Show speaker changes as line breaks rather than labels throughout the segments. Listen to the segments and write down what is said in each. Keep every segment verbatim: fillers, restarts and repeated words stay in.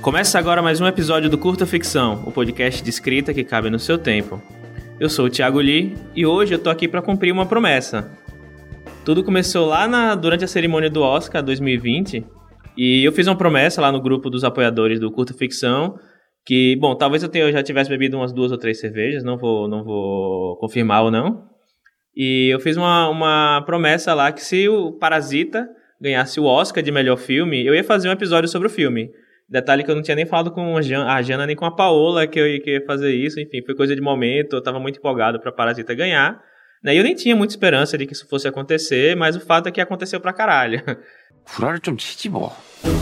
Começa agora mais um episódio do Curta Ficção, o podcast de escrita que cabe no seu tempo. Eu sou o Thiago Lee e hoje eu tô aqui para cumprir uma promessa. Tudo começou lá na, durante a cerimônia do Oscar dois mil e vinte e eu fiz uma promessa lá no grupo dos apoiadores do Curta Ficção que, bom, talvez eu, tenha, eu já tivesse bebido umas duas ou três cervejas, não vou, não vou confirmar ou não. E eu fiz uma, uma promessa lá que se o Parasita ganhasse o Oscar de melhor filme, eu ia fazer um episódio sobre o filme. Detalhe que eu não tinha nem falado com a Jana, a Jana nem com a Paola que eu, ia, que eu ia fazer isso, enfim, foi coisa de momento, eu tava muito empolgado pra Parasita ganhar, né? E eu nem tinha muita esperança de que isso fosse acontecer, mas o fato é que aconteceu pra caralho.
구라를 좀 치지 뭐.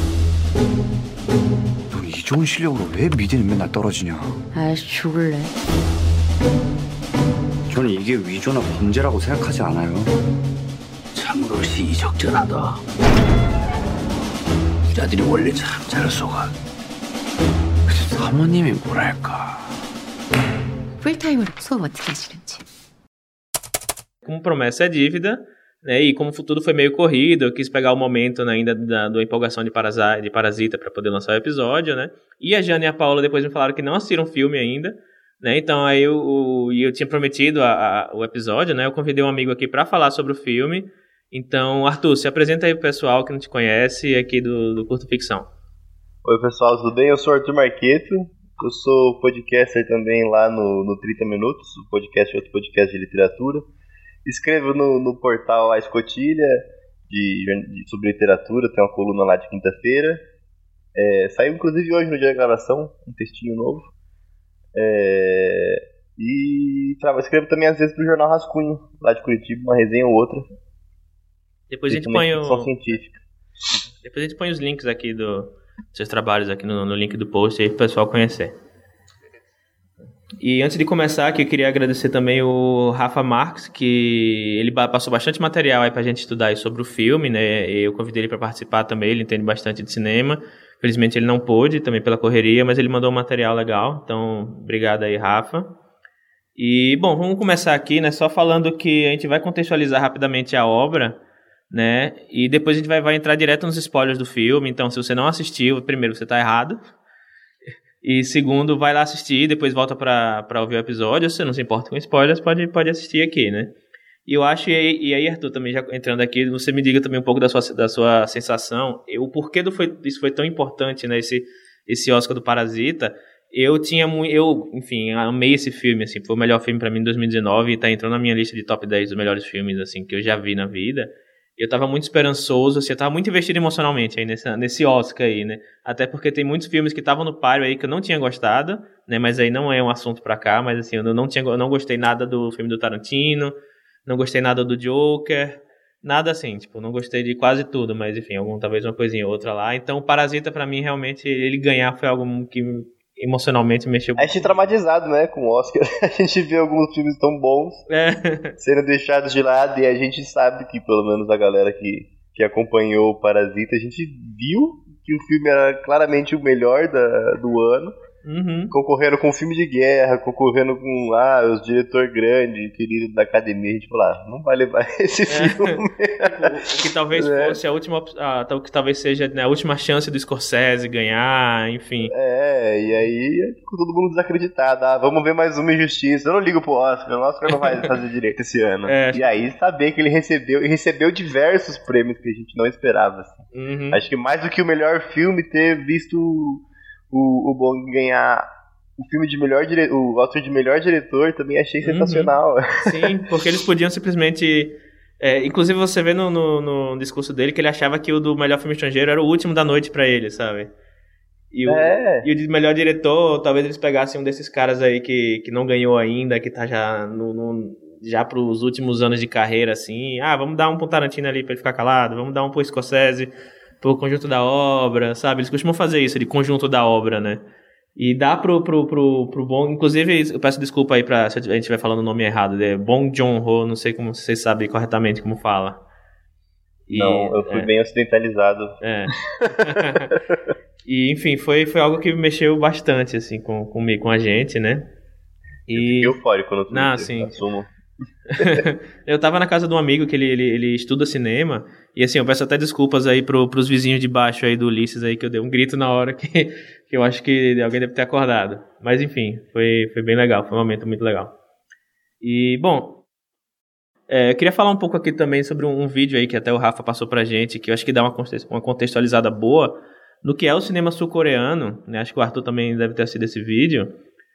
너 이 좋은 실력으로 왜 미대는 맨날 떨어지냐?
아이씨 죽을래.
저는 이게 위조나 범죄라고 생각하지 않아요. 참으로 시의적절하다. 부자들이 원래 참 잘 속아. 사모님이 뭐랄까.
풀타임으로 수업 어떻게 하시는지.
Como promessa é dívida, né? E como tudo foi meio corrido, eu quis pegar o momento, né, ainda da, da empolgação de, Parasa, de Parasita para poder lançar o episódio, né? E a Jana e a Paola depois me falaram que não assistiram o filme ainda, né? Então aí eu, eu, eu tinha prometido a, a, o episódio, né? Eu convidei um amigo aqui para falar sobre o filme. Então, Arthur, se apresenta aí pro pessoal que não te conhece aqui do, do Curta Ficção.
Oi pessoal, tudo bem? Eu sou o Arthur Marqueto, eu sou podcaster também lá no, no trinta Minutos, o podcast é outro podcast de literatura. Escrevo no, no portal A Escotilha de, de, sobre literatura, tem uma coluna lá de quinta-feira. É, saiu inclusive hoje no dia da gravação, um textinho novo. É, e tra- escrevo também às vezes pro Jornal Rascunho, lá de Curitiba, uma resenha ou outra.
Depois a gente põe o...
científica.
Depois a gente põe os links aqui do, dos seus trabalhos aqui no, no link do post aí pro pessoal conhecer. E antes de começar aqui, eu queria agradecer também o Rafa Marques, que ele passou bastante material aí pra gente estudar aí sobre o filme, né? Eu convidei ele para participar também, ele entende bastante de cinema. Felizmente ele não pôde, também pela correria, mas ele mandou um material legal. Então, obrigado aí, Rafa. E, bom, vamos começar aqui, né? Só falando que a gente vai contextualizar rapidamente a obra, né? E depois a gente vai, vai entrar direto nos spoilers do filme. Então, se você não assistiu, primeiro, você tá errado. E segundo, vai lá assistir, depois volta pra, pra ouvir o episódio. Se você não se importa com spoilers, pode, pode assistir aqui, né? E eu acho, e, e aí, Arthur, também já entrando aqui, você me diga também um pouco da sua, da sua sensação, o porquê do foi, isso foi tão importante, né? Esse, esse Oscar do Parasita. Eu tinha muito, eu, enfim, amei esse filme, assim, foi o melhor filme pra mim em dois mil e dezenove e tá entrando na minha lista de top dez dos melhores filmes, assim, que eu já vi na vida. Eu tava muito esperançoso, assim, eu tava muito investido emocionalmente aí nesse, nesse Oscar aí, né? Até porque tem muitos filmes que estavam no páreo aí que eu não tinha gostado, né? Mas aí não é um assunto pra cá, mas assim, eu não, tinha, eu não gostei nada do filme do Tarantino, não gostei nada do Joker, nada assim, tipo, não gostei de quase tudo, mas enfim, algum, talvez uma coisinha ou outra lá. Então, o Parasita pra mim, realmente, ele ganhar foi algo que emocionalmente mexeu.
A gente é traumatizado, né, com o Oscar. A gente vê alguns filmes tão bons
é.
sendo deixados de lado e a gente sabe que, pelo menos a galera que, que acompanhou o Parasita, a gente viu que o filme era claramente o melhor da, do ano. Uhum. Concorrendo com filme de guerra, concorrendo com ah, os diretor grande, querido da academia, a gente falou, ah, não vai levar esse
é.
filme.
O que talvez é. fosse a última, ah, que talvez seja, né, a última chance do Scorsese ganhar, enfim.
É, e aí ficou todo mundo desacreditado, ah, vamos ver mais uma injustiça, eu não ligo pro Oscar, o Oscar não vai fazer direito esse ano. É. E aí saber que ele recebeu, e recebeu diversos prêmios que a gente não esperava. Assim. Uhum. Acho que mais do que o melhor filme, ter visto o, o Bong ganhar o filme de melhor dire... o Oscar de melhor diretor, também achei sensacional.
Uhum. Sim, porque eles podiam simplesmente... É, inclusive você vê no, no, no discurso dele que ele achava que o do melhor filme estrangeiro era o último da noite pra ele, sabe? E o, é. e o de melhor diretor, talvez eles pegassem um desses caras aí que, que não ganhou ainda, que tá já, no, no, já pros últimos anos de carreira, assim. Ah, vamos dar um pro Tarantino ali pra ele ficar calado, vamos dar um pro Scorsese, pro conjunto da obra, sabe? Eles costumam fazer isso, de conjunto da obra, né? E dá pro, pro, pro, pro Bong... Inclusive, eu peço desculpa aí pra, se a gente estiver falando o nome errado. É Bong Joon-ho, não sei como vocês sabem corretamente como fala.
E, não, eu fui é, bem ocidentalizado.
É. E, enfim, foi, foi algo que mexeu bastante, assim, com, comigo, com a gente, né?
E... Eu fiquei eufórico no Twitter,
não, assim,
assumo.
Eu tava na casa de um amigo que ele, ele, ele estuda cinema, e assim, eu peço até desculpas aí pro, pros vizinhos de baixo aí do Ulisses aí, que eu dei um grito na hora que, que eu acho que alguém deve ter acordado. Mas enfim, foi, foi bem legal, foi um momento muito legal. E, bom, é, eu queria falar um pouco aqui também sobre um, um vídeo aí que até o Rafa passou pra gente, que eu acho que dá uma, uma contextualizada boa no que é o cinema sul-coreano, né? Acho que o Arthur também deve ter assistido esse vídeo,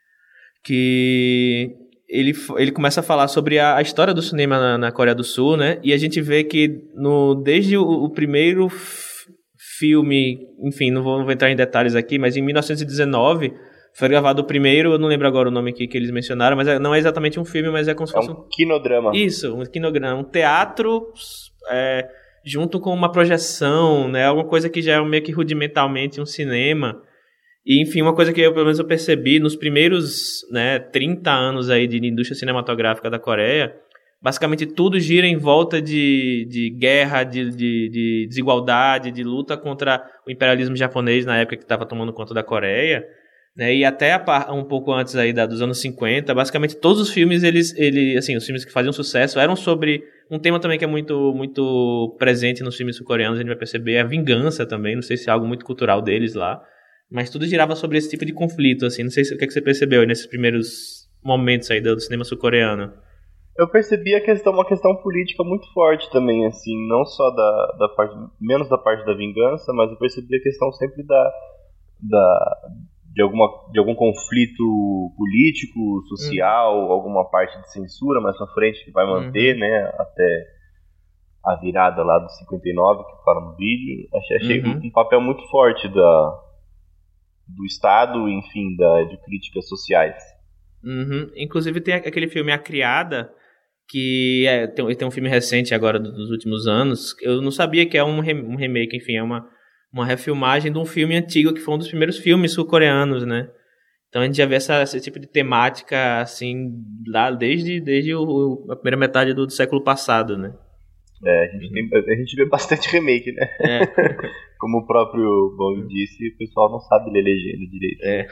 que ele, ele começa a falar sobre a, a história do cinema na, na Coreia do Sul, né? E a gente vê que no, desde o, o primeiro f- filme, enfim, não vou, não vou entrar em detalhes aqui, mas em mil novecentos e dezenove foi gravado o primeiro, eu não lembro agora o nome aqui que eles mencionaram, mas é, não é exatamente um filme, mas é como se fosse
um... É um quinodrama.
Isso, um quinodrama, um teatro é, junto com uma projeção, né? Alguma coisa que já é meio que rudimentalmente um cinema. E, enfim, uma coisa que eu, pelo menos eu percebi nos primeiros, né, trinta anos aí de indústria cinematográfica da Coreia, basicamente tudo gira em volta de, de guerra, de, de, de desigualdade, de luta contra o imperialismo japonês na época que estava tomando conta da Coreia, né, e até a, um pouco antes aí da, dos anos cinquenta, basicamente todos os filmes, eles, ele, assim, os filmes que faziam sucesso eram sobre um tema também que é muito, muito presente nos filmes sul-coreanos, a gente vai perceber, a vingança também, não sei se é algo muito cultural deles lá. Mas tudo girava sobre esse tipo de conflito, assim. Não sei se, o que, é que você percebeu aí nesses primeiros momentos aí do cinema sul-coreano.
Eu percebi a questão, uma questão política muito forte também, assim. Não só da, da parte, menos da parte da vingança, mas eu percebi a questão sempre da, da de, alguma, de algum conflito político, social, uhum. alguma parte de censura mais pra frente que vai manter, uhum. né, até a virada lá do cinquenta e nove que fala no vídeo. Achei, achei uhum. um, um papel muito forte da do Estado, enfim, da, de críticas sociais.
Uhum. Inclusive tem aquele filme A Criada, que é, tem, tem um filme recente agora dos últimos anos. Eu não sabia que é um, re, um remake, enfim, é uma, uma refilmagem de um filme antigo, que foi um dos primeiros filmes sul-coreanos, né? Então a gente já vê essa, esse tipo de temática, assim, lá desde, desde o, a primeira metade do, do século passado, né?
É, a gente, tem, a gente vê bastante remake, né? É. Como o próprio Bong disse, o pessoal não sabe ler legenda direito.
É.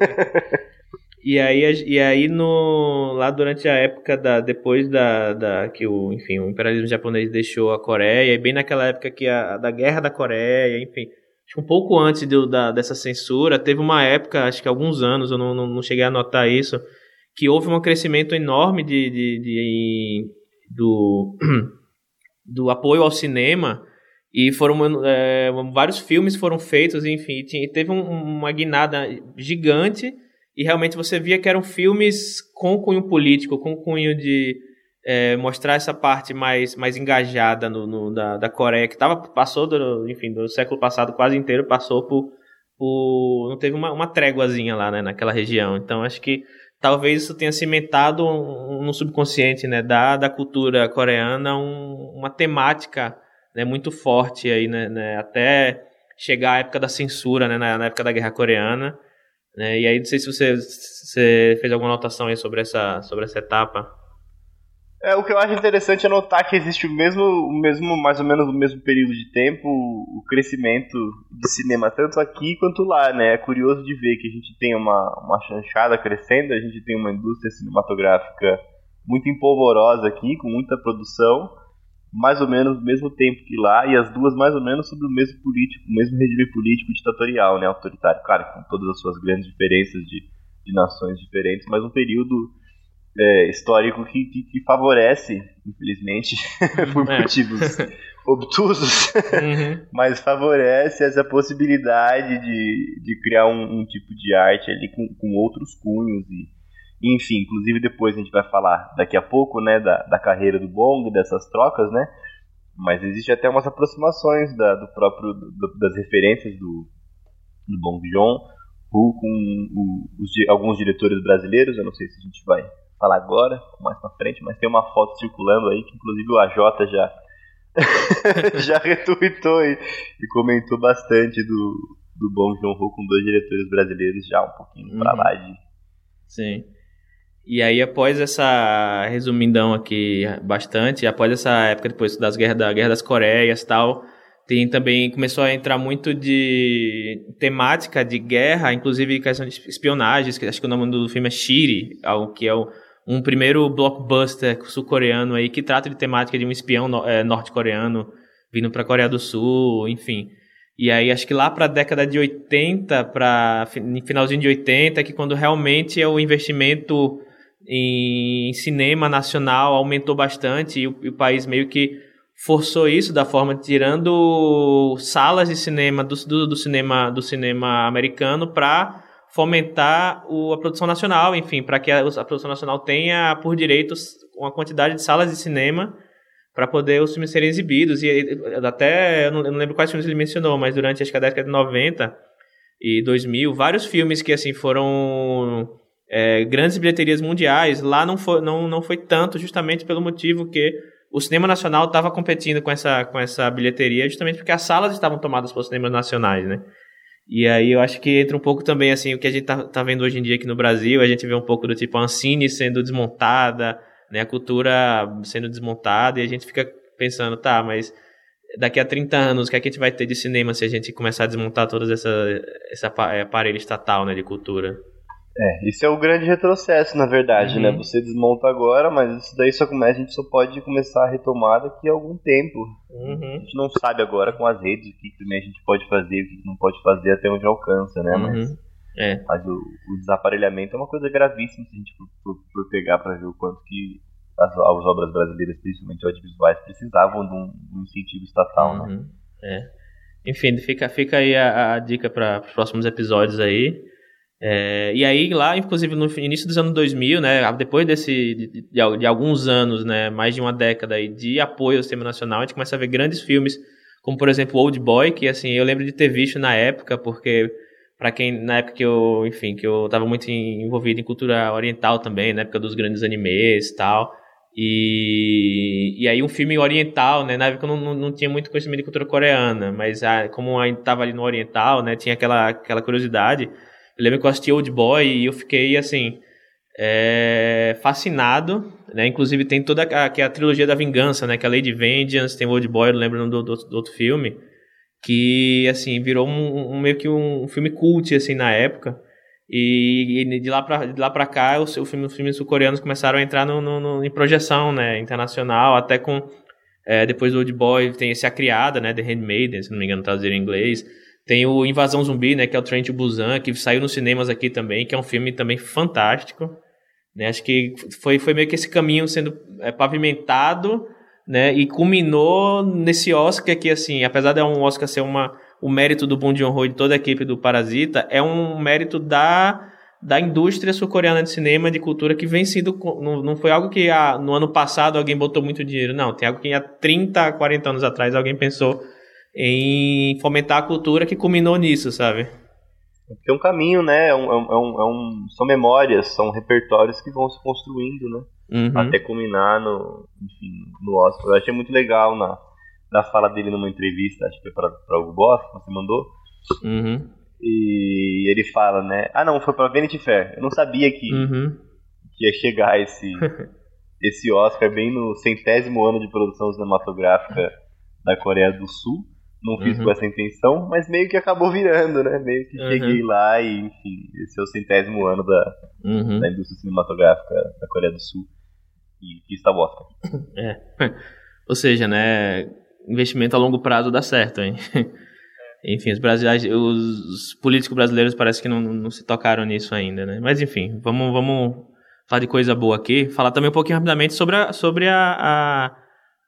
e aí, e aí no, lá durante a época da, depois da, da que o, enfim, o imperialismo japonês deixou a Coreia, e bem naquela época que a, da guerra da Coreia, enfim, acho que um pouco antes do, da, dessa censura, teve uma época, acho que alguns anos, eu não, não, não cheguei a notar isso, que houve um crescimento enorme de, de, de do do apoio ao cinema, e foram é, vários filmes foram feitos, enfim, tinha, teve um, uma guinada gigante, e realmente você via que eram filmes com cunho político, com cunho de é, mostrar essa parte mais, mais engajada no, no, da, da Coreia, que tava, passou do, enfim, do século passado quase inteiro, passou por, por não teve uma, uma tréguazinha lá, né, naquela região. Então acho que talvez isso tenha cimentado um, um subconsciente, né, da, da cultura coreana, um, uma temática, né, muito forte aí, né, né, até chegar à época da censura, né, na, na época da Guerra Coreana, né, e aí não sei se você, você fez alguma anotação aí sobre essa, sobre essa etapa.
É, o que eu acho interessante é notar que existe o mesmo, o mesmo, mais ou menos o mesmo período de tempo, o crescimento de cinema tanto aqui quanto lá, né? É curioso de ver que a gente tem uma, uma chanchada crescendo, a gente tem uma indústria cinematográfica muito empolvorosa aqui, com muita produção, mais ou menos no mesmo tempo que lá, e as duas mais ou menos sobre o mesmo político, o mesmo regime político ditatorial, né? Autoritário, claro, com todas as suas grandes diferenças de, de nações diferentes, mas um período É, histórico que, que, que favorece, infelizmente, por é. motivos obtusos, uhum. mas favorece essa possibilidade de, de criar um, um tipo de arte ali com, com outros cunhos e, enfim, inclusive depois a gente vai falar daqui a pouco, né, da, da carreira do Bong, dessas trocas, né, mas existe até umas aproximações da, do próprio, do, das referências do, do Bong Joon-ho com o, os, alguns diretores brasileiros. Eu não sei se a gente vai falar agora, mais pra frente, mas tem uma foto circulando aí que inclusive o A J já já retweetou e, e comentou bastante do, do Bong Joon-ho com dois diretores brasileiros já um pouquinho uhum. pra lá de...
Sim. E aí após essa, resumindão aqui bastante, após essa época depois das guerras, da Guerra das Coreias e tal, tem também, começou a entrar muito de temática de guerra, inclusive questão de espionagem, que acho que o nome do filme é Shiri, algo que é o um primeiro blockbuster sul-coreano aí que trata de temática de um espião no, é, norte-coreano vindo para a Coreia do Sul, enfim. E aí acho que lá para a década de oitenta, para finalzinho de oitenta, que quando realmente o investimento em cinema nacional aumentou bastante e o, e o país meio que forçou isso da forma de tirando salas de cinema do, do, do cinema do cinema americano para fomentar o, a produção nacional, enfim, para que a, a produção nacional tenha por direitos uma quantidade de salas de cinema para poder os filmes serem exibidos. E até, eu não, eu não lembro quais filmes ele mencionou, mas durante acho que a década de noventa e dois mil, vários filmes que assim foram é, grandes bilheterias mundiais, lá não foi, não, não foi tanto, justamente pelo motivo que o cinema nacional estava competindo com essa, com essa bilheteria, justamente porque as salas estavam tomadas por cinemas nacionais, né? E aí eu acho que entra um pouco também, assim, o que a gente tá, tá vendo hoje em dia aqui no Brasil, a gente vê um pouco do tipo a Ancine sendo desmontada, né, a cultura sendo desmontada, e a gente fica pensando, tá, mas daqui a trinta anos, o que é que a gente vai ter de cinema se a gente começar a desmontar todos essa, esse aparelho estatal, né, de cultura?
É, isso é o grande retrocesso, na verdade, uhum. né? Você desmonta agora, mas isso daí só começa, a gente só pode começar a retomar daqui a algum tempo. Uhum. A gente não sabe agora com as redes o que também a gente pode fazer, o que não pode fazer até onde alcança, né?
Uhum.
Mas,
é.
mas o, o desaparelhamento é uma coisa gravíssima se a gente for, for, for pegar para ver o quanto que as, as obras brasileiras, principalmente audiovisuais, precisavam de um, de um incentivo estatal,
uhum.
né?
É. Enfim, fica, fica aí a, a dica para os próximos episódios aí. É, e aí lá, inclusive no início dos anos dois mil, né, depois desse, de, de, de alguns anos, né, mais de uma década aí de apoio ao cinema nacional, a gente começa a ver grandes filmes, como por exemplo Old Boy, que assim, eu lembro de ter visto na época, porque para quem, na época que eu, enfim, que eu tava muito envolvido em cultura oriental também, na época dos grandes animes e tal, e, e aí um filme oriental, né, na época eu não, não, não tinha muito conhecimento de cultura coreana, mas ah, como a gente tava ali no oriental, né, tinha aquela, aquela curiosidade. Eu lembro que eu assisti Old Boy e eu fiquei, assim, é, fascinado, né? Inclusive tem toda a, que é a trilogia da vingança, né? Que é a Lady Vengeance, tem o Old Boy, eu não lembro do, do, do outro filme, que, assim, virou um, um, meio que um filme cult, assim, na época. E, e de, lá pra, de lá pra cá, os, o filme, os filmes sul-coreanos começaram a entrar no, no, no, em projeção, né? Internacional, até com... É, depois do Old Boy tem esse A Criada, né? The Handmaiden, se não me engano, traduzido em inglês. Tem o Invasão Zumbi, né, que é o Train to Busan, que saiu nos cinemas aqui também, que é um filme também fantástico, né, acho que foi, foi meio que esse caminho sendo é, pavimentado, né, e culminou nesse Oscar que, assim, apesar de um Oscar ser uma, o mérito do Bong Joon-ho e de toda a equipe do Parasita, é um mérito da, da indústria sul-coreana de cinema, de cultura, que vem sido, não, não foi algo que ah, no ano passado alguém botou muito dinheiro, não, tem algo que há trinta, quarenta anos atrás alguém pensou em fomentar a cultura que culminou nisso, sabe?
Porque é um caminho, né? É um, é um, é um, são memórias, são repertórios que vão se construindo, né? Uhum. Até culminar no, enfim, no Oscar. Eu achei muito legal na, na fala dele numa entrevista, acho que foi para o Boss, que você mandou.
Uhum.
E ele fala, né? Ah, não, foi para Vanity Fair. Eu não sabia que,
uhum.
que ia chegar esse, esse Oscar bem no centésimo ano de produção cinematográfica da Coreia do Sul. Não fiz uhum. com essa intenção, mas meio que acabou virando, né? Meio que uhum. cheguei lá e, enfim, esse é o centésimo ano da, uhum. da indústria cinematográfica da Coreia do Sul. E que está o Oscar.
É. Ou seja, né? Investimento a longo prazo dá certo, hein? Enfim, os brasileiros, os políticos brasileiros parece que não, não se tocaram nisso ainda, né? Mas enfim, vamos, vamos falar de coisa boa aqui. Falar também um pouquinho rapidamente sobre a, sobre a, a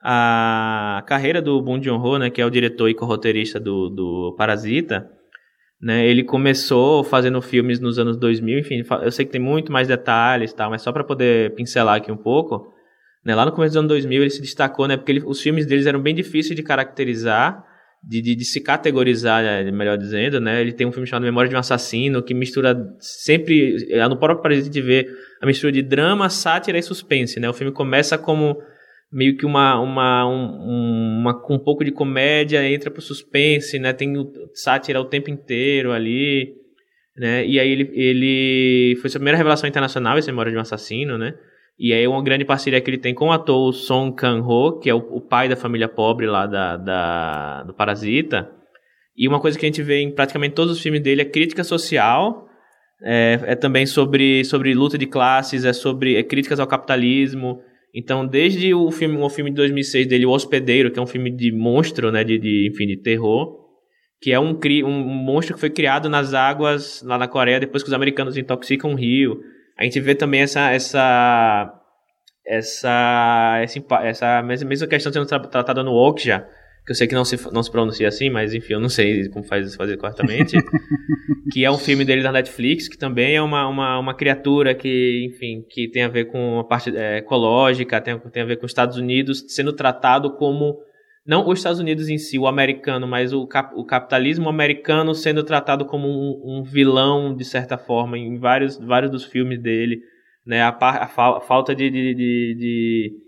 a carreira do Bong Joon-ho, né, que é o diretor e co-roteirista do, do Parasita, né, ele começou fazendo filmes nos anos dois mil, enfim, eu sei que tem muito mais detalhes, tá, mas só para poder pincelar aqui um pouco, né, lá no começo dos anos dois mil ele se destacou, né, porque ele, os filmes deles eram bem difíceis de caracterizar, de, de, de se categorizar, né, melhor dizendo, né, ele tem um filme chamado Memória de um Assassino, que mistura sempre, no próprio Parasita a gente vê a mistura de drama, sátira e suspense, né, o filme começa como meio que uma, uma, um, uma com um pouco de comédia, entra pro suspense, né, tem o sátira o tempo inteiro ali, né, e aí ele, ele foi sua primeira revelação internacional, esse Memória de um Assassino, né, e aí uma grande parceria que ele tem com o ator Song Kang-ho, que é o, o pai da família pobre lá da, da, do Parasita, e uma coisa que a gente vê em praticamente todos os filmes dele é crítica social, É, é também sobre, sobre luta de classes, é sobre é críticas ao capitalismo. Então, desde o filme, o filme de dois mil e seis dele, O Hospedeiro, que é um filme de monstro, né, de, de, enfim, de terror, que é um, um monstro que foi criado nas águas lá na Coreia depois que os americanos intoxicam um rio. A gente vê também essa essa essa essa, essa mesma questão sendo tratada no Okja, que eu sei que não se, não se pronuncia assim, mas enfim, eu não sei como faz, fazer corretamente, que é um filme dele da Netflix, que também é uma, uma, uma criatura que, enfim, que tem a ver com a parte é, ecológica, tem, tem a ver com os Estados Unidos sendo tratado como, não os Estados Unidos em si, o americano, mas o, cap, o capitalismo americano sendo tratado como um, um vilão, de certa forma, em vários, vários dos filmes dele, né, a, a, a falta de... de, de, de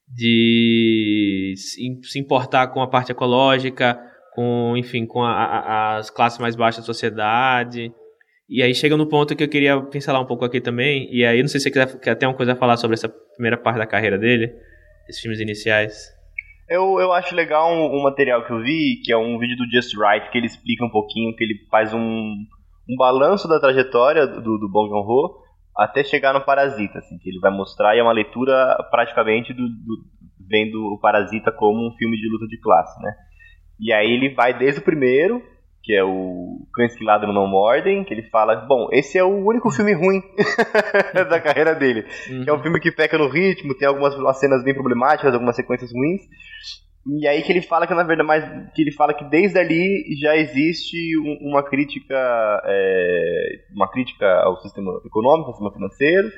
de se importar com a parte ecológica, com, enfim, com a, a, as classes mais baixas da sociedade. E aí chega no ponto que eu queria pincelar um pouco aqui também, e aí não sei se você quer, quer ter uma coisa a falar sobre essa primeira parte da carreira dele, esses filmes iniciais.
Eu, eu acho legal um, um material que eu vi, que é um vídeo do Just Right, que ele explica um pouquinho, que ele faz um, um balanço da trajetória do, do Bong Joon-ho, até chegar no Parasita, assim, que ele vai mostrar, e é uma leitura praticamente do, do, vendo o Parasita como um filme de luta de classe, né? E aí ele vai desde o primeiro, que é o Cães que Ladram Não Mordem, que ele fala, bom, esse é o único filme ruim da carreira dele, uhum. Que é um filme que peca no ritmo, tem algumas cenas bem problemáticas, algumas sequências ruins. E aí que ele fala que na verdade mais que ele fala que desde ali já existe um, uma crítica é, uma crítica ao sistema econômico, ao sistema financeiro,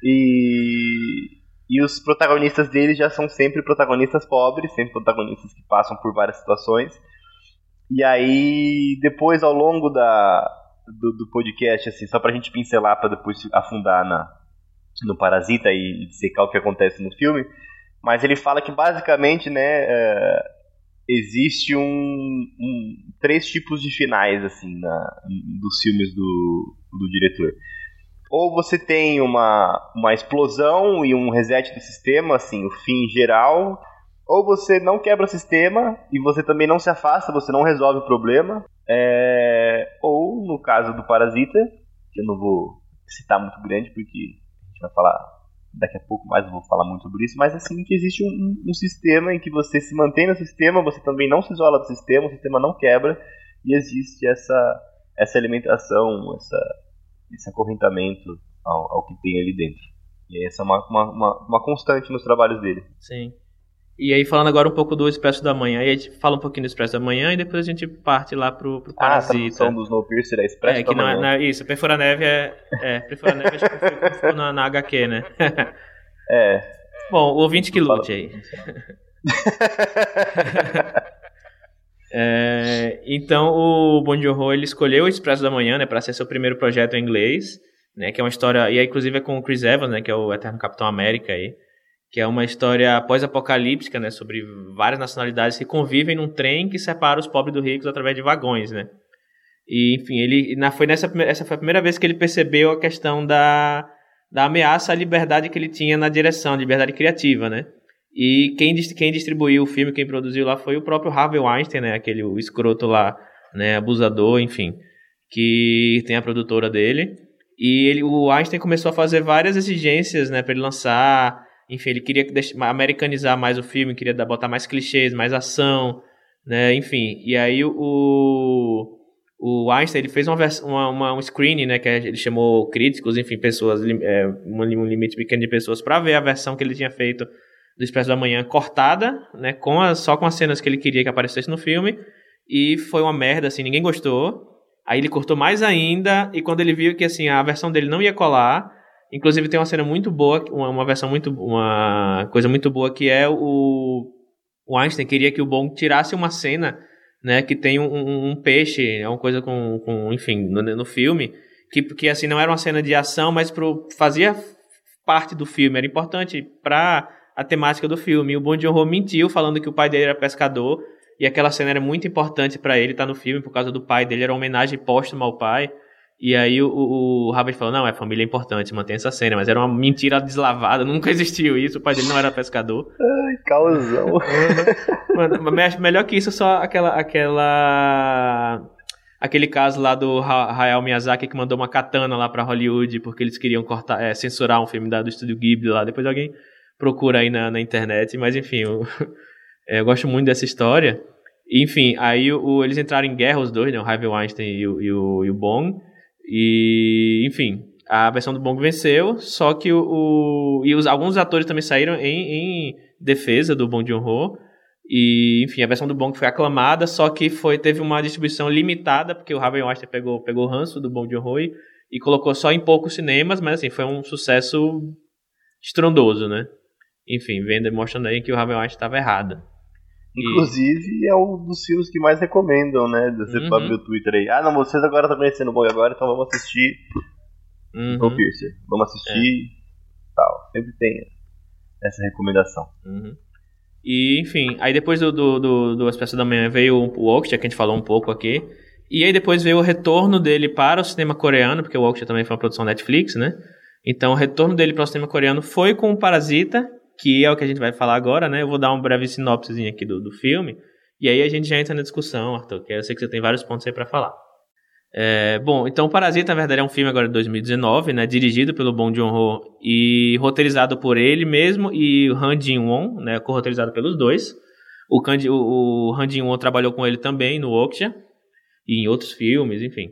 e, e os protagonistas dele já são sempre protagonistas pobres, sempre protagonistas que passam por várias situações. E aí depois ao longo da, do, do podcast, assim, só pra gente pincelar para depois afundar na, no Parasita e dissecar o que acontece no filme. Mas ele fala que basicamente, né, é, existe um, um, três tipos de finais assim, na, dos filmes do, do diretor. Ou você tem uma, uma explosão e um reset do sistema, assim, o fim geral. Ou você não quebra o sistema e você também não se afasta, você não resolve o problema. É, ou, no caso do Parasita, que eu não vou citar muito grande porque a gente vai falar... daqui a pouco mais eu vou falar muito sobre isso, mas assim, que existe um, um sistema em que você se mantém no sistema, você também não se isola do sistema, o sistema não quebra, e existe essa, essa alimentação, essa, esse acorrentamento ao, ao que tem ali dentro. E essa é uma, uma, uma, uma constante nos trabalhos dele.
Sim. E aí, falando agora um pouco do Expresso da Manhã, aí a gente fala um pouquinho do Expresso da Manhã e depois a gente parte lá pro, pro Parasita.
Ah, a tradução do Snowpiercer é Expresso
é, que
da
não,
Manhã.
Não, isso, Perfura-Neve é... É, Perfura-Neve acho que ficou na, na H Q, né?
É.
Bom, o ouvinte que lute aí. é, então, o Bong Joon-ho, ele escolheu o Expresso da Manhã, né, para ser seu primeiro projeto em inglês, né, que é uma história... E aí, inclusive, é com o Chris Evans, né, que é o Eterno Capitão América aí. Que é uma história pós-apocalíptica, né, sobre várias nacionalidades que convivem num trem que separa os pobres dos ricos através de vagões, né. E, enfim, ele, na, foi nessa, essa foi a primeira vez que ele percebeu a questão da, da ameaça à liberdade que ele tinha na direção, liberdade criativa, né. E quem, quem distribuiu o filme, quem produziu lá foi o próprio Harvey Weinstein, né, aquele o escroto lá, né, abusador, enfim, que tem a produtora dele. E ele, o Weinstein começou a fazer várias exigências, né, para ele lançar... Enfim, ele queria americanizar mais o filme, queria botar mais clichês, mais ação, né, enfim. E aí o, o Einstein, ele fez uma, uma, uma, um screening, né, que ele chamou críticos, enfim, pessoas, é, um limite pequeno de pessoas, para ver a versão que ele tinha feito do Expresso da Manhã cortada, né, com a, só com as cenas que ele queria que aparecesse no filme, e foi uma merda, assim, ninguém gostou. Aí ele cortou mais ainda, e quando ele viu que, assim, a versão dele não ia colar... Inclusive tem uma cena muito boa, uma, uma versão muito... Uma coisa muito boa que é o... O Einstein queria que o Bong tirasse uma cena, né? Que tem um, um, um peixe, é uma coisa com... com enfim, no, no filme. Que, que assim, não era uma cena de ação, mas pro, fazia parte do filme. Era importante pra a temática do filme. E o Bong Joon-ho mentiu falando que o pai dele era pescador. E aquela cena era muito importante pra ele estar no filme por causa do pai dele. Era uma homenagem póstuma ao pai. E aí o, o, o Harvey falou, não, é, família é importante, mantém essa cena. Mas era uma mentira deslavada, nunca existiu isso. O pai dele não era pescador.
Ai, causão.
Mano, melhor que isso, só aquela... aquela aquele caso lá do Ha- Hayao Miyazaki que mandou uma katana lá pra Hollywood porque eles queriam cortar, é, censurar um filme da, do estúdio Ghibli lá. Depois alguém procura aí na, na internet, mas enfim, eu, é, eu gosto muito dessa história. Enfim, aí o, o- eles entraram em guerra os dois, né, o Harvey Weinstein e o, e o, e o Bong, e enfim, a versão do Bong venceu, só que o, o e os, alguns atores também saíram em, em defesa do Bong Joon-ho, e enfim, a versão do Bong foi aclamada, só que foi, teve uma distribuição limitada, porque o Harvey Weinstein pegou, pegou o ranço do Bong Joon-ho e, e colocou só em poucos cinemas, mas assim, foi um sucesso estrondoso, né? Enfim, vendo, mostrando aí que o Harvey Weinstein estava errado.
Inclusive, é um dos filmes que mais recomendam, né? Você
Uhum.
for abrir o Twitter aí. Ah, não, vocês agora estão conhecendo o Bong agora, então vamos assistir
Uhum.
Snowpiercer. Vamos assistir tal. Sempre tem essa recomendação.
Uhum. E, enfim, aí depois do, do, do, do As Peças da Manhã veio o Okja, que a gente falou um pouco aqui. E aí depois veio o retorno dele para o cinema coreano, porque o Okja também foi uma produção Netflix, né? Então o retorno dele para o cinema coreano foi com o Parasita, que é o que a gente vai falar agora, né? Eu vou dar uma breve sinopse aqui do, do filme. E aí a gente já entra na discussão, Arthur, que eu sei que você tem vários pontos aí para falar. É, bom, então o Parasita, na verdade, é um filme agora de dois mil e dezenove, né? Dirigido pelo Bong Joon-ho e roteirizado por ele mesmo e o Han Jin-won, né? Co-roteirizado pelos dois. O, Kandi, o, o Han Jin-won trabalhou com ele também no Okja e em outros filmes, enfim.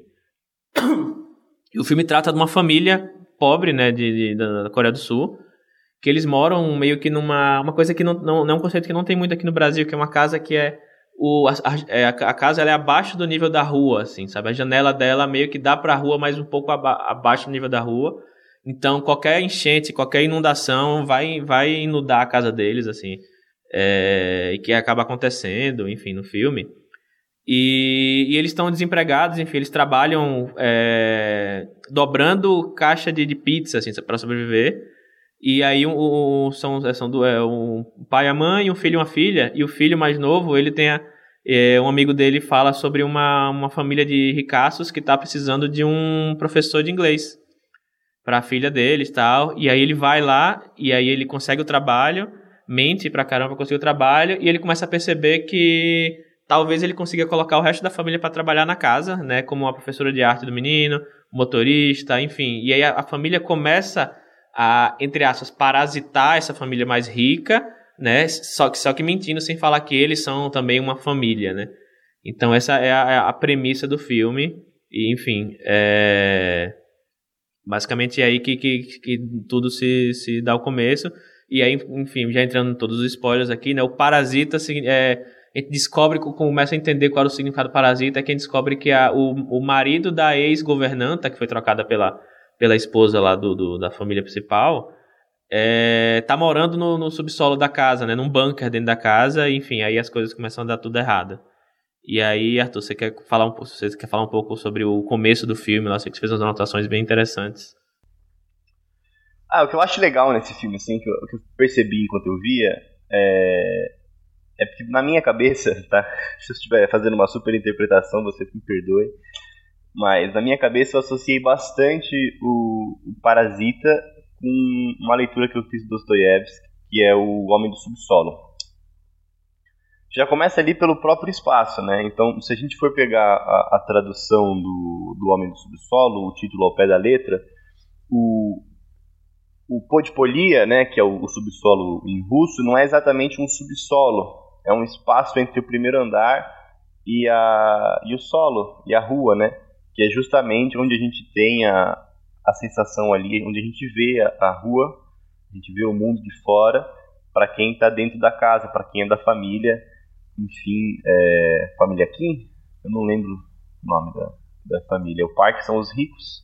E o filme trata de uma família pobre, né? De, de, da Coreia do Sul, que eles moram meio que numa uma coisa que não, não, não é um conceito que não tem muito aqui no Brasil, que é uma casa que é o, a, a, a casa ela é abaixo do nível da rua, assim, sabe? A janela dela meio que dá pra rua, mas um pouco aba, abaixo do nível da rua. Então, qualquer enchente, qualquer inundação vai, vai inundar a casa deles, assim. É, e que acaba acontecendo, enfim, no filme. E, e eles estão desempregados, enfim, eles trabalham é, dobrando caixa de, de pizza, assim, pra sobreviver. E aí um, um, são, são do, é, um pai, a mãe, um filho e uma filha. E o filho mais novo, ele tem a, é, um amigo dele fala sobre uma, uma família de ricaços que está precisando de um professor de inglês para a filha deles e tal. E aí ele vai lá e aí ele consegue o trabalho, mente pra caramba pra conseguir o trabalho, e ele começa a perceber que talvez ele consiga colocar o resto da família para trabalhar na casa, né, como a professora de arte do menino, o motorista, enfim. E aí a, a família começa a, entre aspas, parasitar essa família mais rica, né? Só que, só que mentindo, sem falar que eles são também uma família, né? Então essa é a, a premissa do filme. E, enfim, é... basicamente é aí que, que, que tudo se, se dá o começo. E aí, enfim, já entrando em todos os spoilers aqui, né? O parasita, é, a gente descobre, começa a entender qual é o significado do parasita, é quem descobre que a, o, o marido da ex-governanta, que foi trocada pela... pela esposa lá do, do, da família principal, é, tá morando no, no subsolo da casa, né? Num bunker dentro da casa, enfim, aí as coisas começam a dar tudo errado. E aí, Arthur, você quer falar um, você quer falar um pouco sobre o começo do filme? Lá, sei que você fez umas anotações bem interessantes.
Ah, o que eu acho legal nesse filme, assim, que eu, que eu percebi enquanto eu via, é... é porque na minha cabeça, tá? Se eu estiver fazendo uma super interpretação, vocês me perdoem, mas na minha cabeça eu associei bastante o, o Parasita com uma leitura que eu fiz do Dostoiévski, que é o Homem do Subsolo. Já começa ali pelo próprio espaço, né? Então, se a gente for pegar a, a tradução do, do Homem do Subsolo, o título ao pé da letra, o, o Podpolia, né, que é o, o subsolo em russo, não é exatamente um subsolo, é um espaço entre o primeiro andar e, a, e o solo, e a rua, né? Que é justamente onde a gente tem a, a sensação ali, onde a gente vê a, a rua, a gente vê o mundo de fora, para quem está dentro da casa, para quem é da família, enfim, é, família Kim? Eu não lembro o nome da, da família. O Park são os ricos.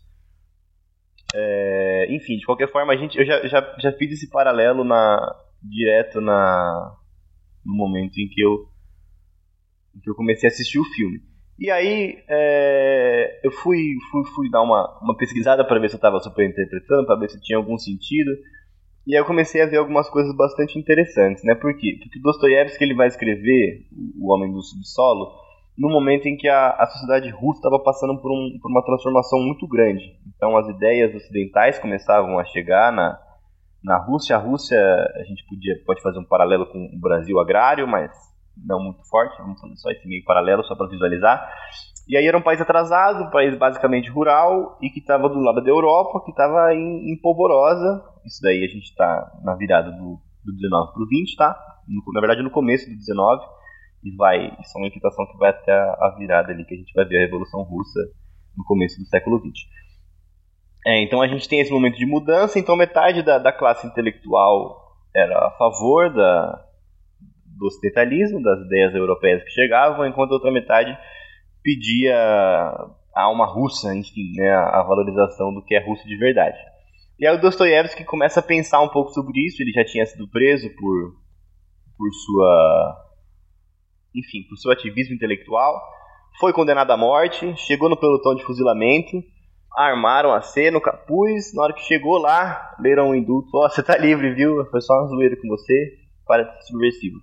É, enfim, de qualquer forma, a gente, eu já, já, já fiz esse paralelo na, direto na, no momento em que, eu, em que eu comecei a assistir o filme. E aí, é, eu fui, fui, fui dar uma, uma pesquisada para ver se eu estava superinterpretando, para ver se tinha algum sentido. E aí eu comecei a ver algumas coisas bastante interessantes, né? Por quê? Porque Dostoiévski ele vai escrever O Homem do Subsolo no momento em que a, a sociedade russa estava passando por, um, por uma transformação muito grande. Então as ideias ocidentais começavam a chegar na, na Rússia. A Rússia, a gente podia, pode fazer um paralelo com o Brasil agrário, mas não muito forte, vamos fazer só esse meio paralelo, só para visualizar. E aí era um país atrasado, um país basicamente rural, e que estava do lado da Europa, que estava em, em polvorosa. Isso daí a gente está na virada do, do dezenove para o vinte, tá? No, na verdade no começo do dezenove, e vai, isso é uma equitação que vai até a, a virada ali, que a gente vai ver a Revolução Russa no começo do século vinte. É, então a gente tem esse momento de mudança, então metade da, da classe intelectual era a favor da, do ocidentalismo, das ideias europeias que chegavam, enquanto a outra metade pedia a alma russa, enfim, né, a valorização do que é russo de verdade. E aí o Dostoiévski começa a pensar um pouco sobre isso, ele já tinha sido preso por, por sua, enfim, por seu ativismo intelectual, foi condenado à morte, chegou no pelotão de fuzilamento, armaram a C no capuz, na hora que chegou lá, leram o indulto, ó, oh, você tá livre, viu? Foi só uma zoeira com você, para de ser subversivo.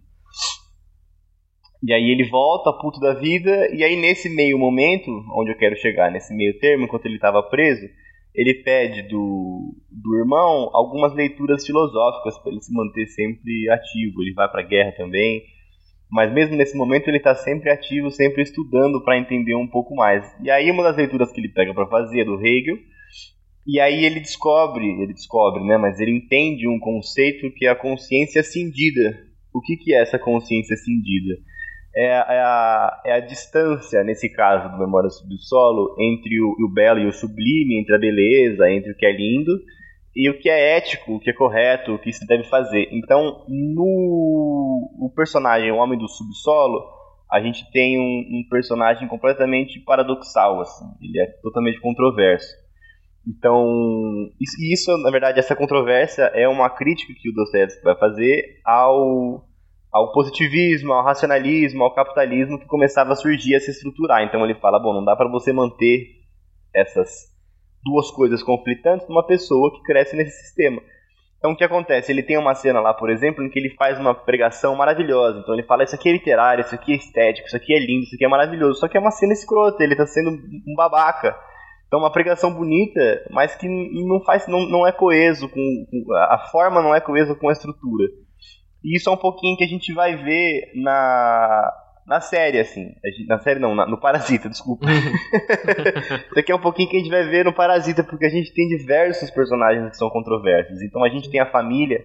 E aí ele volta, puto da vida, e aí nesse meio momento, onde eu quero chegar, nesse meio termo, enquanto ele estava preso, ele pede do, do irmão algumas leituras filosóficas para ele se manter sempre ativo, ele vai pra guerra também, mas mesmo nesse momento ele está sempre ativo, sempre estudando para entender um pouco mais. E aí uma das leituras que ele pega para fazer é do Hegel, e aí ele descobre, ele descobre, né, mas ele entende um conceito que é a consciência cindida. O que, que é essa consciência cindida? É, é, a, é a distância, nesse caso do Memórias do Subsolo, entre o, o belo e o sublime, entre a beleza, entre o que é lindo, e o que é ético, o que é correto, o que se deve fazer. Então, no o personagem, o Homem do Subsolo, a gente tem um, um personagem completamente paradoxal, assim. Ele é totalmente controverso. Então, isso, isso, na verdade, essa controvérsia é uma crítica que o Dostoiévski vai fazer ao, ao positivismo, ao racionalismo, ao capitalismo que começava a surgir, a se estruturar. Então ele fala, bom, não dá para você manter essas duas coisas conflitantes numa pessoa que cresce nesse sistema. Então o que acontece? Ele tem uma cena lá, por exemplo, em que ele faz uma pregação maravilhosa. Então ele fala, isso aqui é literário, isso aqui é estético, isso aqui é lindo, isso aqui é maravilhoso. Só que é uma cena escrota, ele está sendo um babaca. Então uma pregação bonita, mas que não, faz, não, não é coeso, com, a forma não é coesa com a estrutura. E isso é um pouquinho que a gente vai ver na... Na série, assim. Na série não, na, no Parasita, desculpa. Isso aqui é um pouquinho que a gente vai ver no Parasita, porque a gente tem diversos personagens que são controversos. Então a gente tem a família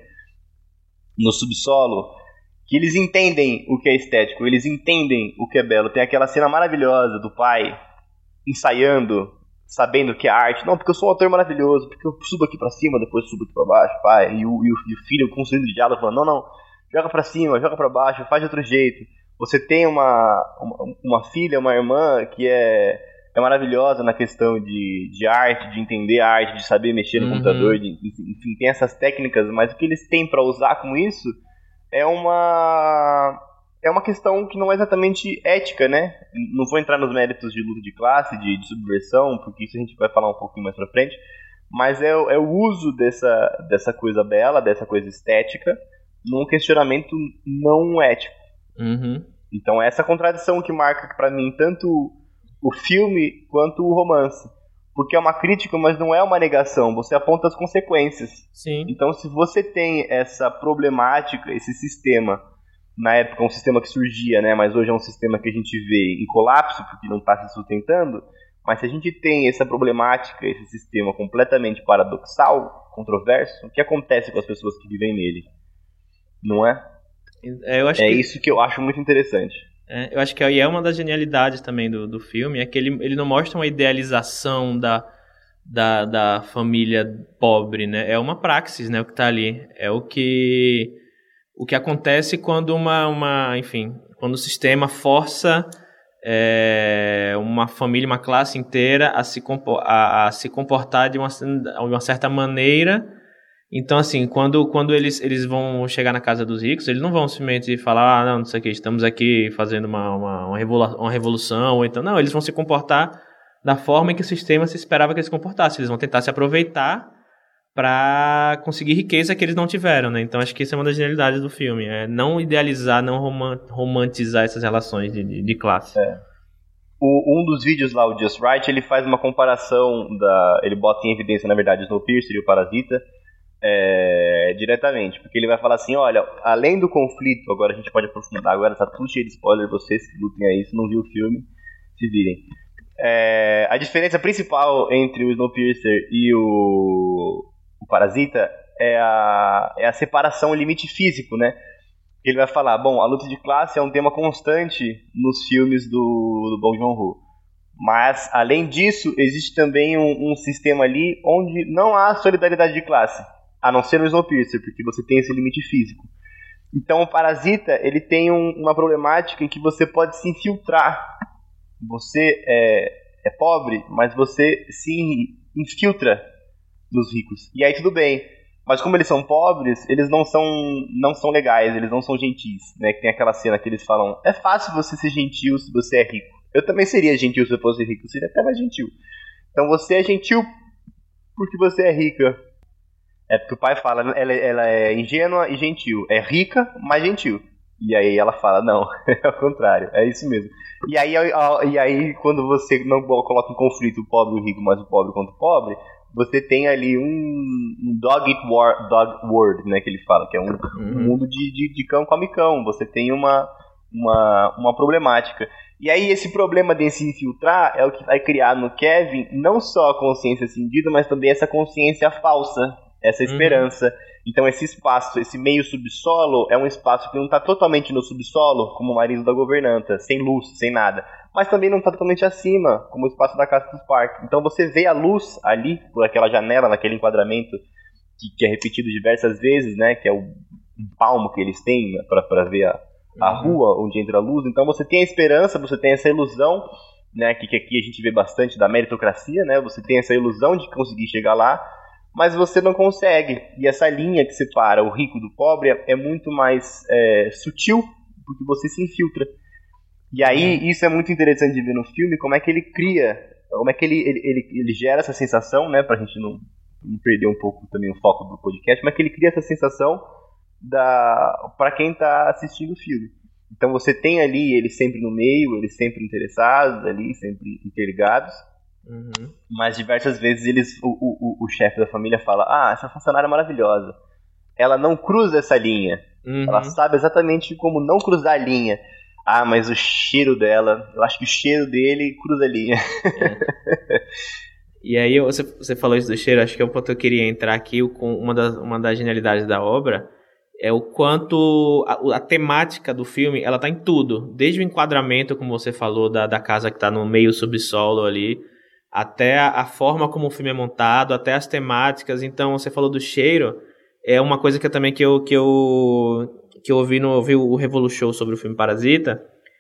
no subsolo, que eles entendem o que é estético, eles entendem o que é belo. Tem aquela cena maravilhosa do pai ensaiando, sabendo o que é arte. Não, porque eu sou um autor maravilhoso, porque eu subo aqui pra cima, depois subo aqui pra baixo, pai. E o, e o, e o filho construindo diálogo falando, não, não, joga pra cima, joga pra baixo, faz de outro jeito. Você tem uma, uma, uma filha, uma irmã que é, é maravilhosa na questão de, de arte, de entender a arte, de saber mexer no uhum. computador, de, enfim, tem essas técnicas, mas o que eles têm para usar com isso é uma, é uma questão que não é exatamente ética, né? Não vou entrar nos méritos de luta de classe, de, de subversão, porque isso a gente vai falar um pouquinho mais pra frente, mas é, é o uso dessa, dessa coisa bela, dessa coisa estética, num questionamento não ético.
Uhum.
Então essa contradição que marca pra mim tanto o filme quanto o romance, porque é uma crítica, mas não é uma negação, você aponta as consequências.
Sim.
Então se você tem essa problemática, esse sistema, na época um sistema que surgia, né, mas hoje é um sistema que a gente vê em colapso porque não está se sustentando, mas se a gente tem essa problemática, esse sistema completamente paradoxal, controverso, o que acontece com as pessoas que vivem nele? Não é?
É, eu acho
é
que,
isso que eu acho muito interessante.
É, eu acho que aí é uma das genialidades também do, do filme, é que ele, ele não mostra uma idealização da, da, da família pobre, né? É uma praxis, né, o que está ali. É o que, o que acontece quando uma, uma, enfim, quando o sistema força é, uma família, uma classe inteira a se, compor, a, a se comportar de uma, de uma certa maneira. Então, assim, quando, quando eles, eles vão chegar na casa dos ricos, eles não vão simplesmente falar, ah, não, não sei o que, estamos aqui fazendo uma, uma, uma, revolu- uma revolução, ou então, não, eles vão se comportar da forma em que o sistema se esperava que eles se comportassem. Eles vão tentar se aproveitar para conseguir riqueza que eles não tiveram, né? Então, acho que isso é uma das genialidades do filme, é não idealizar, não rom- romantizar essas relações de, de, de classe.
É. O, um dos vídeos lá, o Just Right, ele faz uma comparação, da, ele bota em evidência, na verdade, o Snowpiercer e o Parasita, é, diretamente, porque ele vai falar assim, olha, além do conflito, agora a gente pode aprofundar, agora tá tudo cheio de spoiler, vocês que lutem aí, se não viu o filme, se virem. É, a diferença principal entre o Snowpiercer e o, o Parasita é a, é a separação, o limite físico, né? Ele vai falar, bom, a luta de classe é um tema constante nos filmes do, do Bong Joon-ho. Mas, além disso, existe também um, um sistema ali onde não há solidariedade de classe, a não ser no Snowpiercer, porque você tem esse limite físico. Então, o Parasita, ele tem um, uma problemática em que você pode se infiltrar. Você é, é pobre, mas você se infiltra nos ricos. E aí tudo bem. Mas como eles são pobres, eles não são, não são legais, eles não são gentis, né? Que tem aquela cena que eles falam, é fácil você ser gentil se você é rico. Eu também seria gentil se eu fosse rico, eu seria até mais gentil. Então você é gentil porque você é rica. É porque o pai fala, ela, ela é ingênua e gentil. É rica, mas gentil. E aí ela fala, não, é o contrário, é isso mesmo. E aí, e aí quando você não coloca em conflito o pobre e o rico, mas o pobre contra o pobre, você tem ali um, um dog eat war, dog world, né, que ele fala, que é um, uhum. um mundo de, de, de cão come cão. Você tem uma, uma, uma problemática. E aí esse problema de se infiltrar é o que vai criar no Kevin não só a consciência cindida, mas também essa consciência falsa, essa esperança. Uhum. Então esse espaço, esse meio subsolo, é um espaço que não está totalmente no subsolo, como o marido da governanta, sem luz, sem nada. Mas também não está totalmente acima, como o espaço da casa dos Park. Então você vê a luz ali, por aquela janela, naquele enquadramento, que, que é repetido diversas vezes, né? Que é o um palmo que eles têm para ver a, a uhum. rua onde entra a luz. Então você tem a esperança, você tem essa ilusão, né? Que, que aqui a gente vê bastante da meritocracia, né? Você tem essa ilusão de conseguir chegar lá, mas você não consegue. E essa linha que separa o rico do pobre é, é muito mais é, sutil, porque você se infiltra. E aí, isso é muito interessante de ver no filme, como é que ele cria, como é que ele, ele, ele, ele gera essa sensação, né, pra gente não, não perder um pouco também o foco do podcast, como é que ele cria essa sensação da, pra quem tá assistindo o filme. Então você tem ali eles sempre no meio, eles sempre interessados ali, sempre interligados, uhum. mas diversas vezes eles, o, o, o, o chefe da família fala, ah, essa funcionária é maravilhosa, ela não cruza essa linha, uhum. ela sabe exatamente como não cruzar a linha. Ah, mas o cheiro dela, eu acho que o cheiro dele cruza a linha.
É. E aí, você, você falou isso do cheiro, acho que é o ponto que eu queria entrar aqui, com uma das, uma das genialidades da obra, é o quanto a, a temática do filme, ela tá em tudo, desde o enquadramento, como você falou, da, da casa que tá no meio subsolo ali, até a, a forma como o filme é montado, até as temáticas. Então, você falou do cheiro, é uma coisa que eu também que eu... Que eu que eu ouvi, no, ouvi o Revolution sobre o filme Parasita,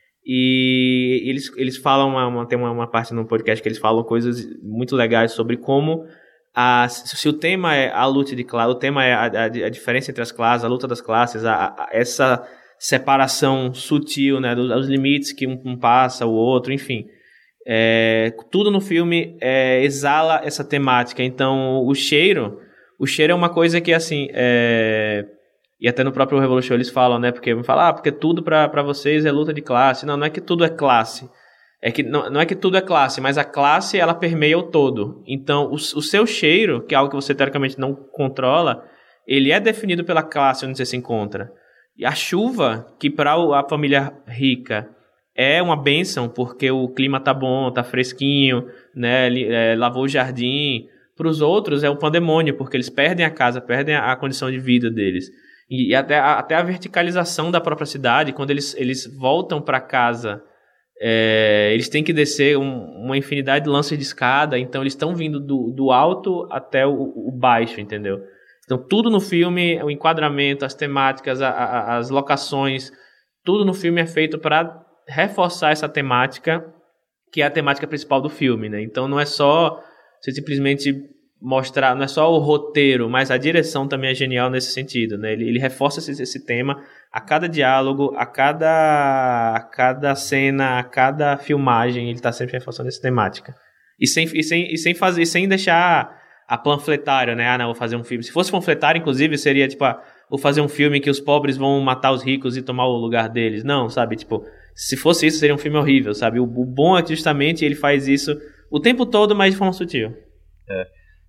e eles, eles falam, uma, uma, tem uma, uma parte no podcast que eles falam coisas muito legais sobre como, a, se o tema é a luta de classe, o tema é a, a, a diferença entre as classes, a luta das classes, a, a, essa separação sutil, né, dos, dos limites que um, um passa, o outro, enfim. É, tudo no filme é, exala essa temática. Então, o cheiro, o cheiro é uma coisa que, assim... É, e até no próprio Revolution eles falam, né? Porque falam, ah, porque tudo pra, pra vocês é luta de classe. Não, não é que tudo é classe. É que, não, não é que tudo é classe, mas a classe, ela permeia o todo. Então, o, o seu cheiro, que é algo que você teoricamente não controla, ele é definido pela classe onde você se encontra. E a chuva, que para a família rica é uma bênção, porque o clima tá bom, tá fresquinho, né? É, lavou o jardim. Para os outros é um pandemônio, porque eles perdem a casa, perdem a, a condição de vida deles. E até a, até a verticalização da própria cidade, quando eles, eles voltam para casa, é, eles têm que descer um, uma infinidade de lances de escada, então eles estão vindo do, do alto até o, o baixo, entendeu? Então tudo no filme, o enquadramento, as temáticas, a, a, as locações, tudo no filme é feito para reforçar essa temática, que é a temática principal do filme, né? Então não é só você simplesmente... mostrar, não é só o roteiro, mas a direção também é genial nesse sentido, né? Ele, ele reforça esse, esse tema a cada diálogo, a cada, a cada cena, a cada filmagem, ele está sempre reforçando essa temática. E sem, e sem, e sem, fazer, sem deixar a panfletário, né? Ah, não, vou fazer um filme. Se fosse panfletário, inclusive, seria tipo, ah, vou fazer um filme que os pobres vão matar os ricos e tomar o lugar deles. Não, sabe? Tipo, se fosse isso, seria um filme horrível, sabe? O, o bom é que justamente ele faz isso o tempo todo, mas de forma sutil.
É.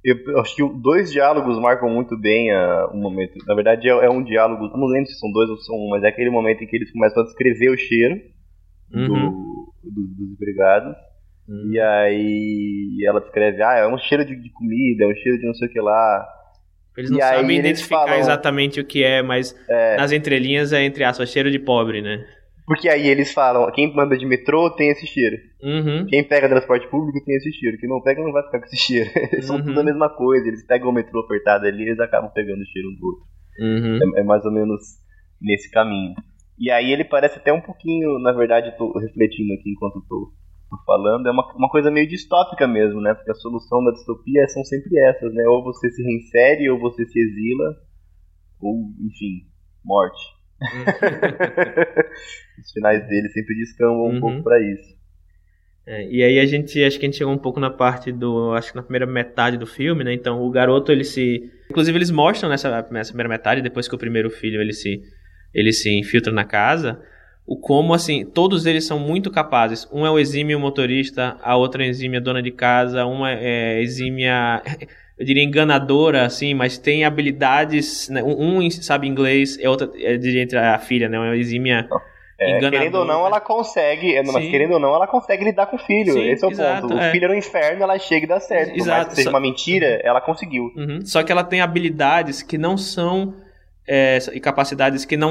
Eu, eu acho que dois diálogos marcam muito bem uh, um momento. Na verdade, é, é um diálogo, eu não lembro se são dois ou são um, mas é aquele momento em que eles começam a descrever o cheiro
Uhum.
do, do- dos empregados.
Uhum.
E aí ela descreve, ah, é um cheiro de, de comida, é um cheiro de não sei o que lá.
Eles não
E aí
sabem
eles
identificar
falam-
exatamente o que é, mas nas entrelinhas é, entre aspas, cheiro de pobre, né?
Porque aí eles falam, quem manda de metrô tem esse cheiro.
Uhum.
Quem pega transporte público tem esse cheiro. Quem não pega não vai ficar com esse cheiro. Eles são
Uhum.
tudo a mesma coisa. Eles pegam o metrô apertado ali e eles acabam pegando o cheiro um do outro.
Uhum.
É, é mais ou menos nesse caminho. E aí ele parece até um pouquinho, na verdade, eu tô refletindo aqui enquanto tô, tô falando, é uma, uma coisa meio distópica mesmo, né? Porque a solução da distopia são sempre essas, né? Ou você se reinsere, ou você se exila, ou, enfim, morte. Os finais dele sempre descambam um
Uhum.
pouco pra isso.
É, e aí a gente, acho que a gente chegou um pouco na parte do, acho que na primeira metade do filme, né? Então o garoto, ele se, inclusive eles mostram nessa, nessa primeira metade, depois que o primeiro filho ele se, ele se infiltra na casa, o como assim, todos eles são muito capazes. Um é o exímio motorista, a outra é exímia dona de casa, uma é exímia, eu diria enganadora, assim, mas tem habilidades, né? Um, um sabe inglês, é outra, eu diria entre a filha, né? Uma exímia
É,
enganadora.
querendo ou não, ela consegue, é, mas
Sim.
querendo ou não, ela consegue lidar com o filho.
Sim,
Esse é o
exato,
ponto. O
é.
filho é no inferno, ela chega e dá certo. Por mais
Exato,
que seja
só-
uma mentira, ela conseguiu.
Uhum. Só que ela tem habilidades que não são é, e capacidades que não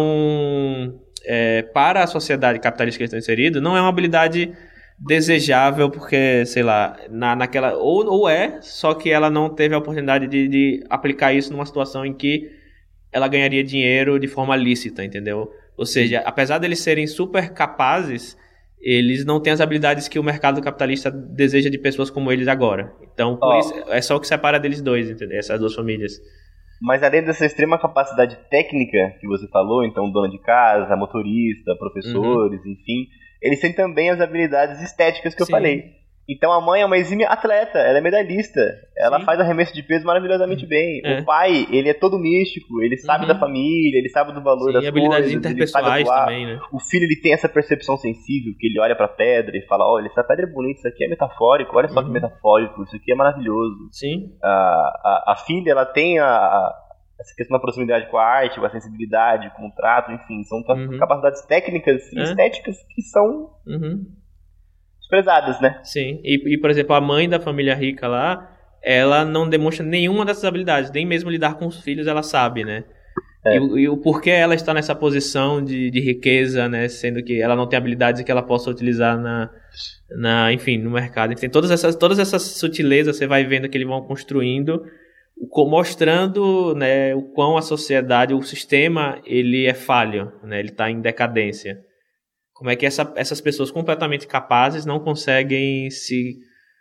são é, para a sociedade capitalista que eles estão inseridos, não é uma habilidade desejável porque, sei lá, na, naquela ou, ou é, só que ela não teve a oportunidade de, de aplicar isso numa situação em que ela ganharia dinheiro de forma lícita, entendeu? Ou seja, apesar deles serem super capazes, eles não têm as habilidades que o mercado capitalista deseja de pessoas como eles agora. Então, por
Ó.
isso, é só o que separa deles dois, entendeu? Essas duas famílias.
Mas além dessa extrema capacidade técnica que você falou, então dona de casa, motorista, professores, enfim, eles têm também as habilidades estéticas que
Sim.
eu falei. Então a mãe é uma exímia atleta, ela é medalhista, ela
Sim.
faz arremesso de peso maravilhosamente bem.
É.
O pai, ele é todo místico, ele sabe
Uhum.
da família, ele sabe do valor
Sim,
das
e habilidades
coisas, ele sabe
interpessoais
atuar.
também, né?
O filho, ele tem essa percepção sensível, que ele olha pra pedra e fala, olha, essa pedra é bonita, isso aqui é metafórico, olha só
Uhum.
que metafórico, isso aqui é maravilhoso.
Sim.
A, a, a filha, ela tem a, a- essa questão da proximidade com a arte, com a sensibilidade, com o trato, enfim, são ca-
Uhum.
capacidades técnicas e
É.
estéticas que são
Uhum.
desprezadas, né?
Sim. E, e, por exemplo, a mãe da família rica lá, ela não demonstra nenhuma dessas habilidades, nem mesmo lidar com os filhos ela sabe, né?
É.
E, o- e o porquê ela está nessa posição de, de riqueza, né? Sendo que ela não tem habilidades que ela possa utilizar na, na enfim, no mercado. Tem todas essas, todas essas sutilezas, você vai vendo que eles vão construindo, co- mostrando, né, o quão a sociedade, o sistema, ele é falho, né? Ele está em decadência. Como é que essa, essas pessoas completamente capazes não conseguem se,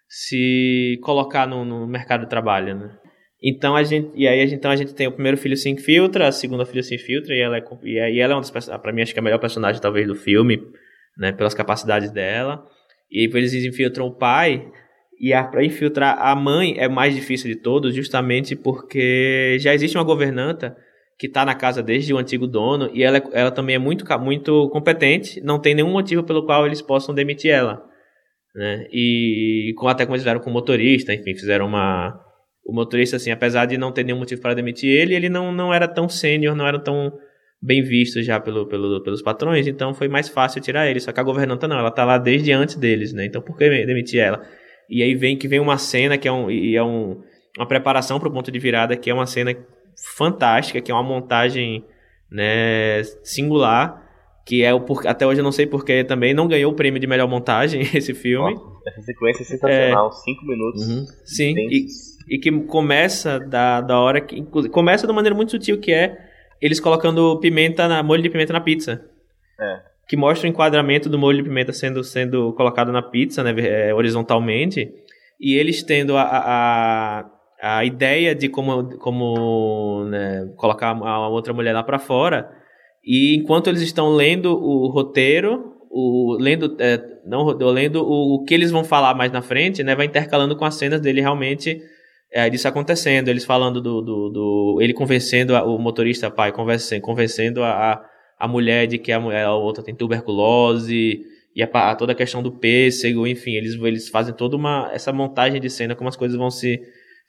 se colocar no, no mercado de trabalho, né? Então a gente, e aí a gente, então a gente tem o primeiro filho se infiltra, a segunda filha se infiltra, e ela é, e aí ela é uma das personagens, pra mim acho que é a melhor personagem talvez do filme, né, pelas capacidades dela. E aí eles infiltram o pai, e a, pra infiltrar a mãe é mais difícil de todos, justamente porque já existe uma governanta que está na casa desde o antigo dono, e ela, é- ela também é muito, ca- muito competente, não tem nenhum motivo pelo qual eles possam demitir ela, né? E com, até como eles fizeram com o motorista, enfim, fizeram uma... O motorista, assim, apesar de não ter nenhum motivo para demitir ele, ele não, não era tão sênior, não era tão bem visto já pelo, pelo, pelos patrões, então foi mais fácil tirar ele. Só que a governanta não, ela tá lá desde antes deles, né? Então por que demitir ela? E aí vem que vem uma cena que é, um, e é um, uma preparação para o ponto de virada, que é uma cena fantástica, que é uma montagem, né, singular, que é o por, até hoje eu não sei porque também não ganhou o prêmio de melhor montagem esse filme.
Nossa, essa sequência é sensacional, cinco minutos.
Uhum. Sim, e,
intensos.
e que começa da, da hora que... inclu- Começa de uma maneira muito sutil, que é eles colocando pimenta na, molho de pimenta na pizza.
É.
Que mostra o enquadramento do molho de pimenta sendo, sendo colocado na pizza, né, é, horizontalmente. E eles tendo a, a, a ideia de como, como né, colocar a outra mulher lá pra fora. E enquanto eles estão lendo o roteiro, o, lendo, é, não, lendo o, o que eles vão falar mais na frente, né, vai intercalando com as cenas dele realmente é, disso acontecendo. Eles falando do... do, do ele convencendo a, o motorista, pai, convencendo, convencendo a, a, a mulher de que a, mulher, a outra tem tuberculose, e a, a, toda a questão do pêssego, enfim, eles, eles fazem toda uma, essa montagem de cena, como as coisas vão se,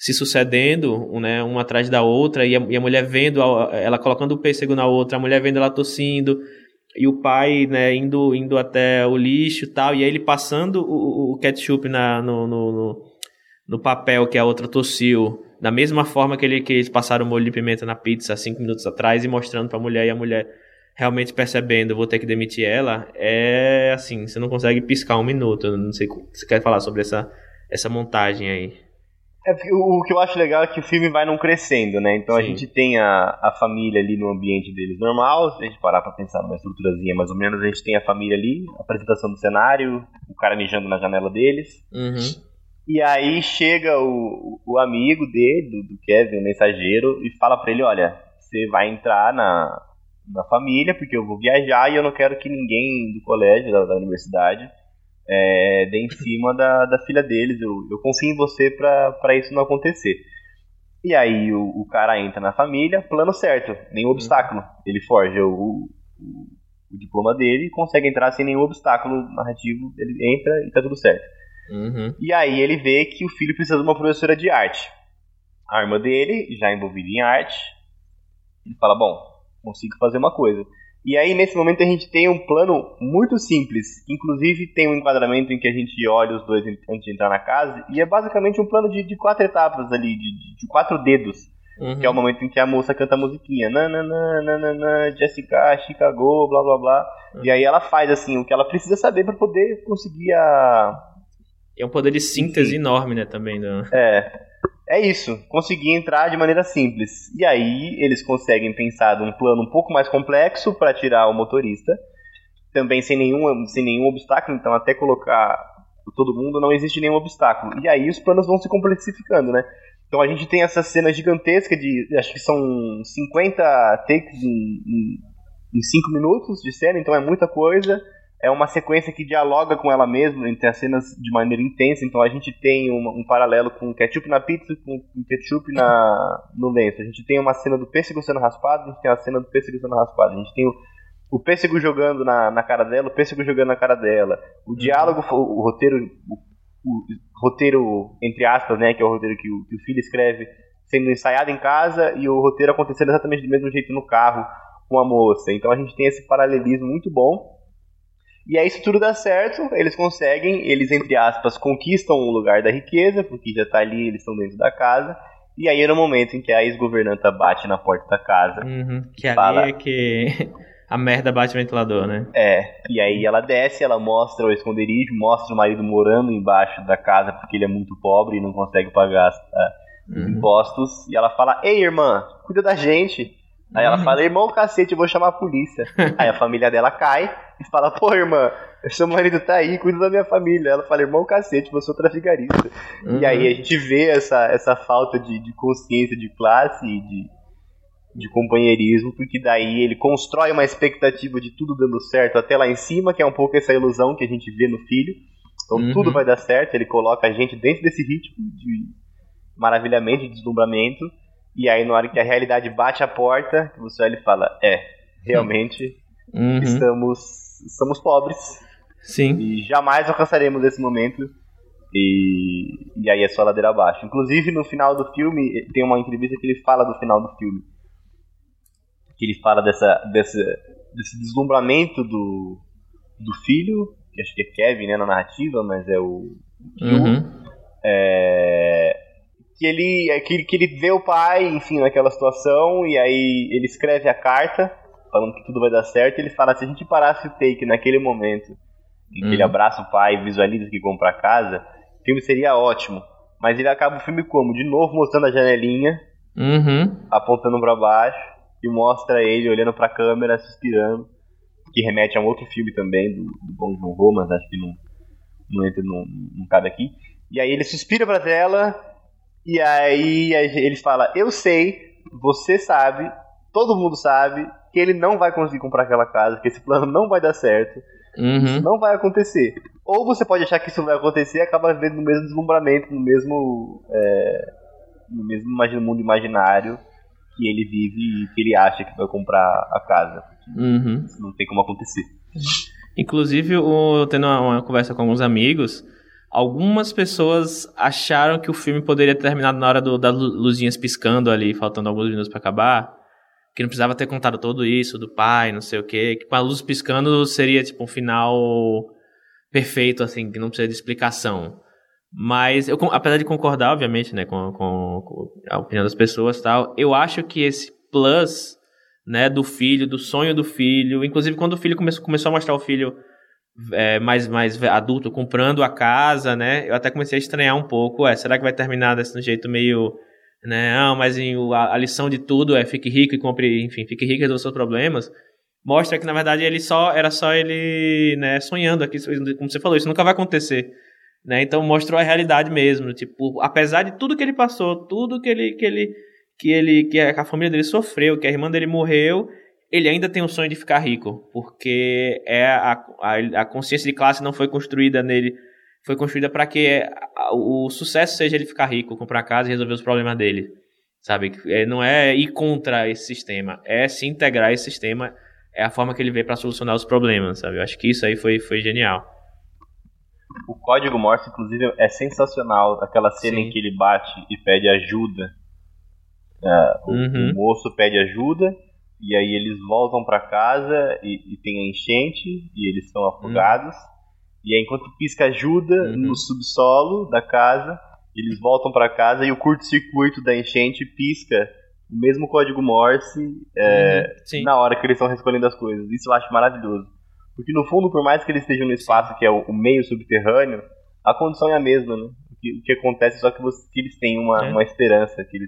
se sucedendo, né, uma atrás da outra, e a, e a mulher vendo, a, ela colocando o pêssego na outra, a mulher vendo ela tossindo, e o pai, né, indo, indo até o lixo e tal, e aí ele passando o, o ketchup na, no, no, no, no papel que a outra tossiu, da mesma forma que, ele, que eles passaram o molho de pimenta na pizza cinco minutos atrás, e mostrando pra mulher, e a mulher realmente percebendo, vou ter que demitir ela, é assim, você não consegue piscar um minuto. Eu não sei o que você quer falar sobre essa, essa montagem aí.
É, o que eu acho legal é que o filme vai não crescendo, né? Então Sim. a gente tem a, a família ali no ambiente deles normal, se a gente parar pra pensar numa estruturazinha mais ou menos, a gente tem a família ali, a apresentação do cenário, o cara mijando na janela deles.
Uhum.
E aí chega o, o amigo dele, do, do Kevin, o mensageiro, e fala pra ele, olha, você vai entrar na, na família, porque eu vou viajar e eu não quero que ninguém do colégio, da, da universidade, É, dê em cima da, da filha deles. Eu, eu confio em você pra, pra isso não acontecer. E aí o, o cara entra na família, plano certo, nenhum obstáculo. Ele forja o, o, o diploma dele e consegue entrar sem nenhum obstáculo narrativo. Ele entra e tá tudo certo.
Uhum.
E aí ele vê que o filho precisa de uma professora de arte. A irmã dele, já envolvida em arte, ele fala, bom, consigo fazer uma coisa. E aí, nesse momento, a gente tem um plano muito simples. Inclusive, tem um enquadramento em que a gente olha os dois antes de entrar na casa. E é basicamente um plano de, de quatro etapas ali, de, de, de quatro dedos. Uhum. Que é o momento em que a moça canta a musiquinha. Nananã, nananã, Jessica, Chicago, blá, blá, blá. Uhum. E aí ela faz, assim, o que ela precisa saber para poder conseguir a...
É um poder de síntese Enfim. enorme, né, também. Do...
É... É isso, conseguir entrar de maneira simples. E aí eles conseguem pensar num plano um pouco mais complexo para tirar o motorista, também sem nenhum, sem nenhum obstáculo, então até colocar todo mundo não existe nenhum obstáculo. E aí os planos vão se complexificando, né? Então a gente tem essa cena gigantesca de, acho que são cinquenta takes em cinco minutos de cena, então é muita coisa. É uma sequência que dialoga com ela mesma, entre as cenas de maneira intensa. Então a gente tem um, um paralelo com ketchup na pizza, com ketchup na, no lenço. A gente tem uma cena do pêssego sendo raspado, a gente tem a cena do pêssego sendo raspado. A gente tem o, o pêssego jogando na, na cara dela, o pêssego jogando na cara dela. O diálogo, o, o roteiro, o, o roteiro, entre aspas, né, que é o roteiro que o, que o filho escreve, sendo ensaiado em casa, e o roteiro acontecendo exatamente do mesmo jeito no carro com a moça. Então a gente tem esse paralelismo muito bom. E aí isso tudo dá certo, eles conseguem, eles entre aspas conquistam o lugar da riqueza, porque já tá ali, eles estão dentro da casa, e aí é no momento em que a ex-governanta bate na porta da casa.
Uhum, que
ali fala,
é que a merda bate o ventilador, né?
É, e aí ela desce, ela mostra o esconderijo, mostra o marido morando embaixo da casa porque ele é muito pobre e não consegue pagar uh, os uhum. impostos, e ela fala, ei irmã, cuida da gente. Aí ela fala, irmão, cacete, eu vou chamar a polícia. Aí a família dela cai e fala, pô, irmã, seu marido tá aí, cuida da minha família. Ela fala, irmão, cacete, você é traficarista. Uhum. E aí a gente vê essa, essa falta de, de consciência de classe e de, de companheirismo, porque daí ele constrói uma expectativa de tudo dando certo até lá em cima, que é um pouco essa ilusão que a gente vê no filho. Então uhum. tudo vai dar certo, ele coloca a gente dentro desse ritmo de maravilhamento, de deslumbramento. E aí, na hora que a realidade bate a porta, você olha e fala, é, realmente uhum. estamos, estamos pobres.
Sim.
E jamais alcançaremos esse momento. E, e aí é só ladeira abaixo. Inclusive, no final do filme, tem uma entrevista que ele fala do final do filme. Que ele fala dessa, dessa, desse deslumbramento do, do filho, que acho que é Kevin, né, na narrativa, mas é o Kyu. Uhum. É... Que ele, que, que ele vê o pai, enfim, naquela situação, e aí ele escreve a carta, falando que tudo vai dar certo, e ele fala, se a gente parasse o take naquele momento, em que uhum. ele abraça o pai e visualiza que compra a casa, o filme seria ótimo. Mas ele acaba o filme como? De novo mostrando a janelinha,
uhum.
apontando pra baixo, e mostra ele olhando pra câmera, suspirando, que remete a um outro filme também, do, do Bong Joon-ho, mas acho que não, não entra, não, não cabe aqui. E aí ele suspira pra tela, e aí ele fala, eu sei, você sabe, todo mundo sabe, que ele não vai conseguir comprar aquela casa, que esse plano não vai dar certo, uhum. isso não vai acontecer. Ou você pode achar que isso vai acontecer e acaba vivendo no mesmo deslumbramento, no mesmo, é, no mesmo mundo imaginário que ele vive e que ele acha que vai comprar a casa.
Uhum.
Isso não tem como acontecer.
Inclusive, eu tendo uma, uma conversa com alguns amigos, algumas pessoas acharam que o filme poderia ter terminado na hora do, das luzinhas piscando ali, faltando alguns minutos pra acabar, que não precisava ter contado tudo isso do pai, não sei o quê, que com a luz piscando seria tipo um final perfeito, assim, que não precisa de explicação. Mas, eu, apesar de concordar, obviamente, né, com, com, com a opinião das pessoas e tal, eu acho que esse plus, né, do filho, do sonho do filho, inclusive quando o filho começou, começou a mostrar o filho é, mais, mais adulto, comprando a casa, né, eu até comecei a estranhar um pouco, é, será que vai terminar desse jeito meio, né, não, mas em, a, a lição de tudo é fique rico e compre, enfim, fique rico e resolva seus problemas. Mostra que, na verdade, ele só, era só ele, né, sonhando aqui, como você falou, isso nunca vai acontecer. Né? Então mostrou a realidade mesmo, tipo, apesar de tudo que ele passou, tudo que ele que ele que ele que a família dele sofreu, que a irmã dele morreu, ele ainda tem o sonho de ficar rico, porque é a, a, a consciência de classe não foi construída nele, foi construída para que a, o sucesso seja ele ficar rico, comprar casa e resolver os problemas dele, sabe? É, não é ir contra esse sistema, é se integrar esse sistema, é a forma que ele vê para solucionar os problemas, sabe? Eu acho que isso aí foi foi genial.
O código Morse, inclusive, é sensacional. Aquela cena Sim. em que ele bate e pede ajuda. Uh, o, uhum. o moço pede ajuda, e aí eles voltam pra casa e, e tem a enchente, e eles estão afogados. Uhum. E aí, enquanto pisca ajuda uhum. no subsolo da casa, eles voltam pra casa e o curto-circuito da enchente pisca o mesmo código Morse é, uhum. na hora que eles estão recolhendo as coisas. Isso eu acho maravilhoso. Porque no fundo, por mais que eles estejam no espaço que é o, o meio subterrâneo, a condição é a mesma, né? O que, o que acontece é só que, você, que eles têm uma, é. uma esperança, que eles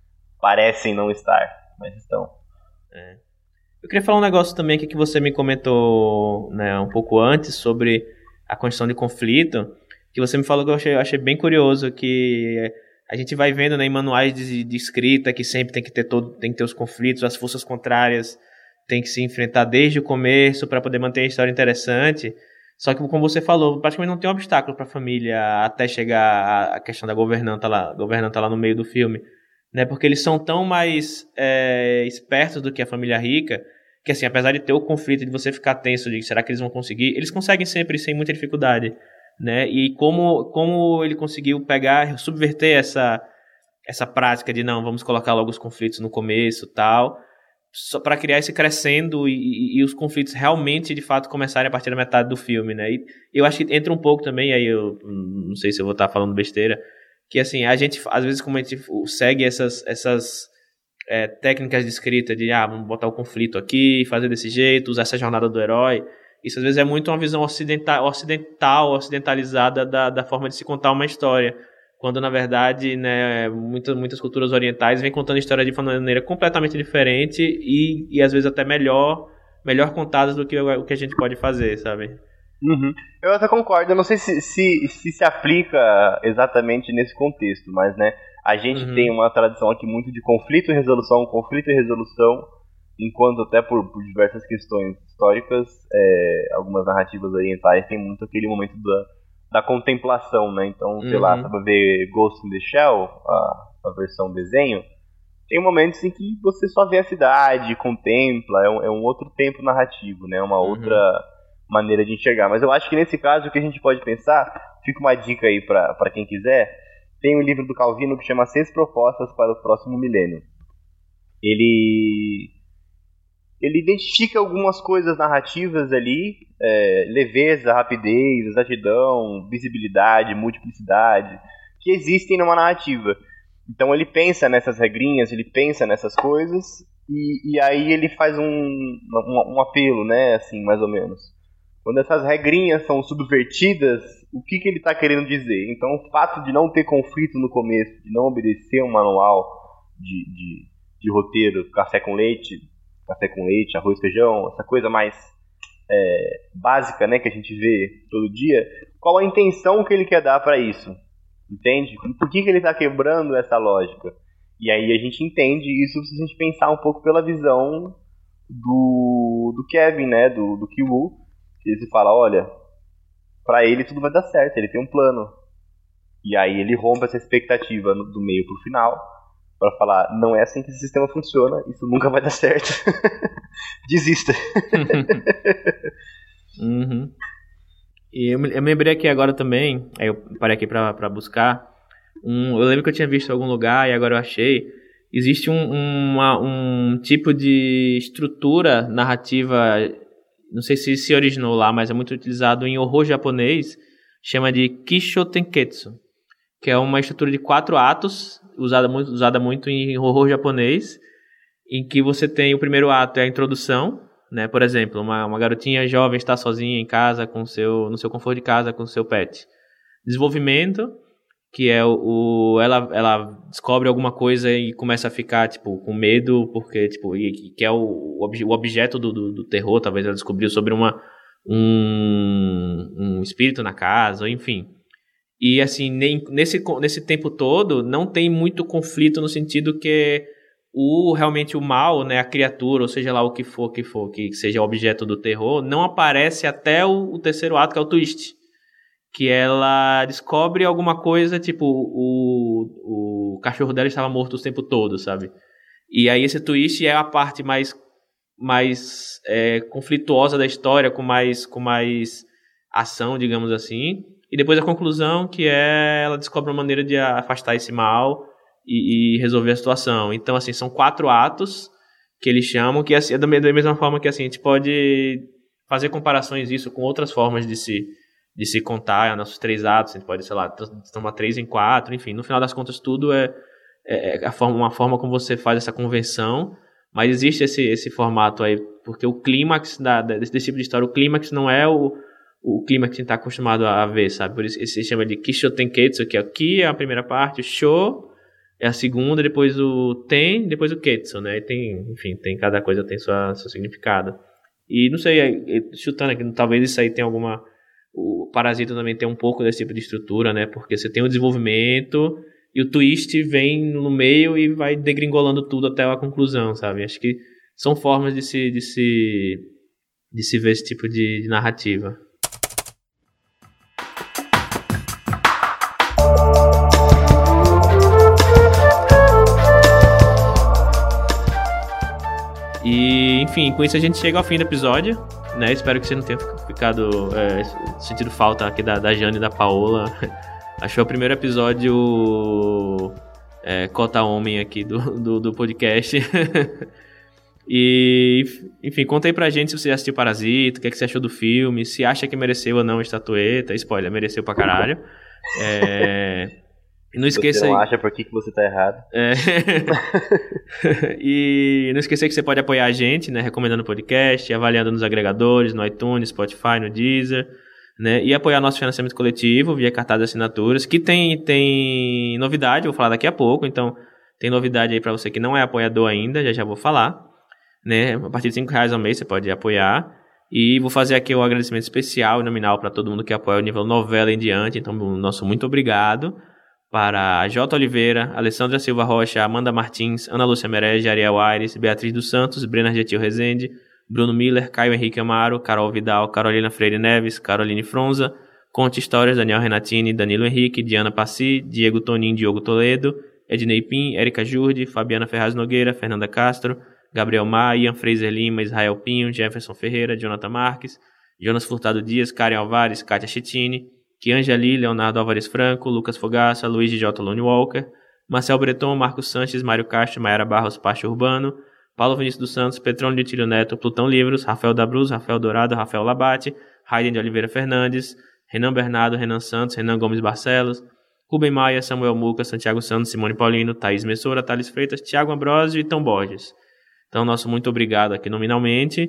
parecem não estar, mas estão.
É. Eu queria falar um negócio também aqui que você me comentou, né, um pouco antes sobre a condição de conflito, que você me falou que eu achei, eu achei bem curioso, que a gente vai vendo, né, em manuais de, de escrita que sempre tem que ter todo, tem que ter os conflitos, as forças contrárias tem que se enfrentar desde o começo para poder manter a história interessante. Só que, como você falou, praticamente não tem um obstáculo para a família até chegar a questão da governanta lá, governanta lá no meio do filme, né? Porque eles são tão mais é, espertos do que a família rica, que assim, apesar de ter o conflito de você ficar tenso de será que eles vão conseguir, eles conseguem sempre sem muita dificuldade, né? E como, como ele conseguiu pegar, subverter essa, essa prática de não, vamos colocar logo os conflitos no começo e tal, só para criar esse crescendo e, e, e os conflitos realmente, de fato, começarem a partir da metade do filme, né? E eu acho que entra um pouco também, aí eu não sei se eu vou estar falando besteira, que assim, a gente, às vezes, como a gente segue essas, essas é, técnicas de escrita de, ah, vamos botar o conflito aqui, fazer desse jeito, usar essa jornada do herói, isso às vezes é muito uma visão ocidental, ocidental ocidentalizada da, da forma de se contar uma história. Quando, na verdade, né, muitas, muitas culturas orientais vêm contando história de uma maneira completamente diferente e, e às vezes até melhor, melhor contadas do que o que a gente pode fazer, sabe?
Uhum. Eu até concordo, eu não sei se se, se se aplica exatamente nesse contexto, mas, né, a gente uhum. tem uma tradição aqui muito de conflito e resolução, conflito e resolução, enquanto até por, por diversas questões históricas, é, algumas narrativas orientais têm muito aquele momento da da contemplação, né? Então, sei uhum. lá, você vai ver Ghost in the Shell, a, a versão desenho, tem momentos em que você só vê a cidade, contempla, é um, é um outro tempo narrativo, né? Uma uhum. outra maneira de enxergar. Mas eu acho que nesse caso, o que a gente pode pensar, fica uma dica aí pra, pra quem quiser, tem um livro do Calvino que chama Seis Propostas para o Próximo Milênio. Ele... Ele identifica algumas coisas narrativas ali, é, leveza, rapidez, exatidão, visibilidade, multiplicidade, que existem numa narrativa. Então ele pensa nessas regrinhas, ele pensa nessas coisas, e, e aí ele faz um, um, um apelo, né, assim, mais ou menos. Quando essas regrinhas são subvertidas, o que, que ele está querendo dizer? Então o fato de não ter conflito no começo, de não obedecer um manual de, de, de roteiro, café com leite, café com leite, arroz, feijão, essa coisa mais é, básica, né, que a gente vê todo dia, qual a intenção que ele quer dar para isso? Entende? Por que, que ele está quebrando essa lógica? E aí a gente entende isso se a gente pensar um pouco pela visão do, do Kevin, né, do, do Ki-woo, que ele fala, olha, para ele tudo vai dar certo, ele tem um plano. E aí ele rompe essa expectativa do meio pro final, para falar, não é assim que esse sistema funciona, isso nunca vai dar certo. Desista.
Uhum. E eu me, eu me lembrei aqui agora também, aí eu parei aqui pra, pra buscar, um, eu lembro que eu tinha visto em algum lugar e agora eu achei, existe um, uma, um tipo de estrutura narrativa, não sei se se originou lá, mas é muito utilizado em horror japonês, chama de Kisho Tenketsu, que é uma estrutura de quatro atos, usada muito, usada muito em horror japonês, em que você tem o primeiro ato é a introdução, né? Por exemplo, uma, uma garotinha jovem está sozinha em casa, com seu, no seu conforto de casa, com seu pet. Desenvolvimento, que é o, o ela, ela descobre alguma coisa e começa a ficar tipo com medo, porque tipo, e, que é o, o objeto do, do, do terror, talvez ela descobriu sobre uma, um, um espírito na casa, enfim. E assim, nem, nesse, nesse tempo todo, não tem muito conflito no sentido que o, realmente o mal, né, a criatura, ou seja lá o que for, que for, que seja o objeto do terror, não aparece até o, o terceiro ato, que é o twist. Que ela descobre alguma coisa, tipo, o, o cachorro dela estava morto o tempo todo, sabe? E aí esse twist é a parte mais, mais é, conflituosa da história, com mais, com mais ação, digamos assim. E depois a conclusão, que é ela descobre uma maneira de afastar esse mal e, e resolver a situação. Então, assim, são quatro atos que eles chamam, que assim, é da mesma forma que assim, a gente pode fazer comparações isso com outras formas de se, de se contar nossos três atos. A gente pode, sei lá, transformar três em quatro, enfim. No final das contas, tudo é, é a forma, uma forma como você faz essa convenção, mas existe esse, esse formato aí, porque o clímax da, desse, desse tipo de história, o clímax não é o o clima que a gente está acostumado a ver, sabe? Por isso se chama de Kisho Tenketsu, que aqui é a primeira parte, o Sho é a segunda, depois o Ten, depois o Ketsu, né? E tem, enfim, tem, cada coisa tem sua, seu significado. E não sei, chutando aqui, talvez isso aí tenha alguma... O Parasita também tem um pouco desse tipo de estrutura, né? Porque você tem o desenvolvimento e o twist vem no meio e vai degringolando tudo até a conclusão, sabe? Acho que são formas de se, de se, de se ver esse tipo de, de narrativa. E, enfim, com isso a gente chega ao fim do episódio, né? Espero que você não tenha ficado é, sentindo falta aqui da, da Jane e da Paola. Achou o primeiro episódio é, cota homem aqui do, do, do podcast. E, enfim, conta aí pra gente se você assistiu Parasita, o que, é que você achou do filme, se acha que mereceu ou não a estatueta. Spoiler, mereceu pra caralho. É... Não esqueça
você não
aí...
acha por que, que você tá errado.
É... E não esqueça que você pode apoiar a gente, né? Recomendando o podcast, avaliando nos agregadores, no iTunes, Spotify, no Deezer, né? E apoiar nosso financiamento coletivo via cartaz de assinaturas, que tem, tem novidade, vou falar daqui a pouco. Então tem novidade aí pra você que não é apoiador ainda, já já vou falar, né? A partir de cinco reais ao mês você pode apoiar. E vou fazer aqui um agradecimento especial e nominal para todo mundo que apoia o nível novela em diante. Então, nosso muito obrigado para J. Oliveira, Alessandra Silva Rocha, Amanda Martins, Ana Lúcia Merege, Ariel Aires, Beatriz dos Santos, Brena Getil Rezende, Bruno Miller, Caio Henrique Amaro, Carol Vidal, Carolina Freire Neves, Caroline Fronza, Conte Histórias, Daniel Renatini, Danilo Henrique, Diana Passi, Diego Tonin, Diogo Toledo, Ednei Pim, Érica Jurde, Fabiana Ferraz Nogueira, Fernanda Castro, Gabriel Mar, Ian Fraser Lima, Israel Pinho, Jefferson Ferreira, Jonathan Marques, Jonas Furtado Dias, Karen Alvares, Kátia Chittini, Kianja Lee, Leonardo Álvares Franco, Lucas Fogaça, Luiz J. Lone Walker, Marcel Breton, Marcos Sanches, Mário Castro, Mayara Barros, Pacho Urbano, Paulo Vinícius dos Santos, Petrônio de Tílio Neto, Plutão Livros, Rafael da Bruz, Rafael Dourado, Rafael Labate, Raiden de Oliveira Fernandes, Renan Bernardo, Renan Santos, Renan Gomes Barcelos, Rubem Maia, Samuel Muca, Santiago Santos, Simone Paulino, Thaís Messora, Thales Freitas, Thiago Ambrosio e Tom Borges. Então, nosso muito obrigado aqui nominalmente.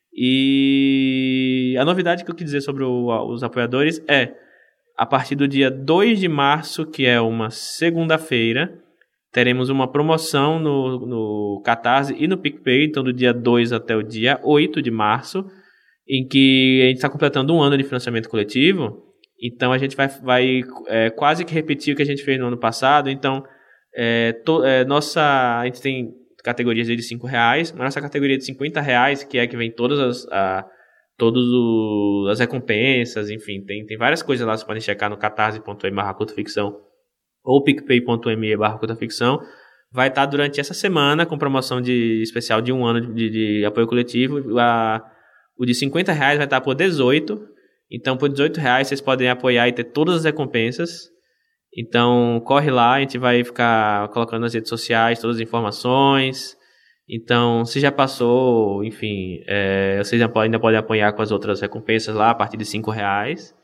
E a novidade que eu quis dizer sobre o, os apoiadores é, a partir do dia dois de março, que é uma segunda-feira, teremos uma promoção no, no Catarse e no PicPay, então do dia dois até o dia oito de março, em que a gente está completando um ano de financiamento coletivo. Então a gente vai, vai é, quase que repetir o que a gente fez no ano passado. Então, é, to, é, nossa, a gente tem categorias de cinco reais, mas nossa categoria de cinquenta reais, que é que vem todas as, a, todos o, as recompensas, enfim, tem, tem várias coisas lá, vocês podem checar no catarse.me barra cultoficção ou picpay.me barra cultoficção. Vai estar durante essa semana com promoção de, especial de um ano de, de apoio coletivo. A, o de cinquenta reais vai estar por dezoito. Então, por dezoito reais, vocês podem apoiar e ter todas as recompensas. Então, corre lá, a gente vai ficar colocando nas redes sociais todas as informações. Então, se já passou, enfim, é, vocês ainda podem, ainda podem apoiar com as outras recompensas lá, a partir de cinco reais.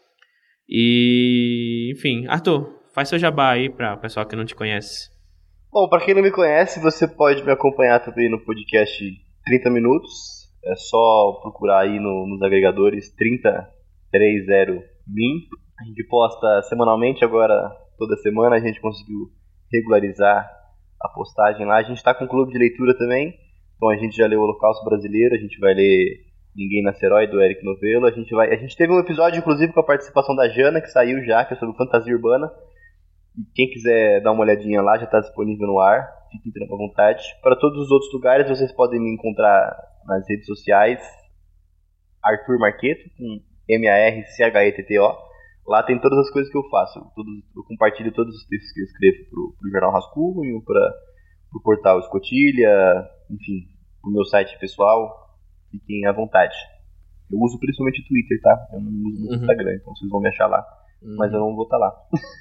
E, enfim, Arthur, faz seu jabá aí para o pessoal que não te conhece.
Bom, para quem não me conhece, você pode me acompanhar também no podcast trinta minutos. É só procurar aí no, nos agregadores trinta trinta min. A gente posta semanalmente, agora toda semana a gente conseguiu regularizar a postagem lá. A gente está com um clube de leitura também, então a gente já leu o Holocausto Brasileiro, a gente vai ler Ninguém Nasce Herói, do Eric Novello. A gente, vai, a gente teve um episódio, inclusive, com a participação da Jana, que saiu já, que é sobre fantasia urbana. E quem quiser dar uma olhadinha lá, já está disponível no ar. Fiquem à vontade. Para todos os outros lugares, vocês podem me encontrar nas redes sociais. Arthur Marqueto, com M A R C H E T T O. Lá tem todas as coisas que eu faço. Todos, eu compartilho todos os textos que eu escrevo para o Jornal Rascunho, para o portal Escotilha, enfim, o meu site pessoal. Fiquem à vontade. Eu uso principalmente o Twitter, tá? Eu não uso muito o uhum. Instagram, então vocês vão me achar lá. Uhum. Mas eu não vou estar lá.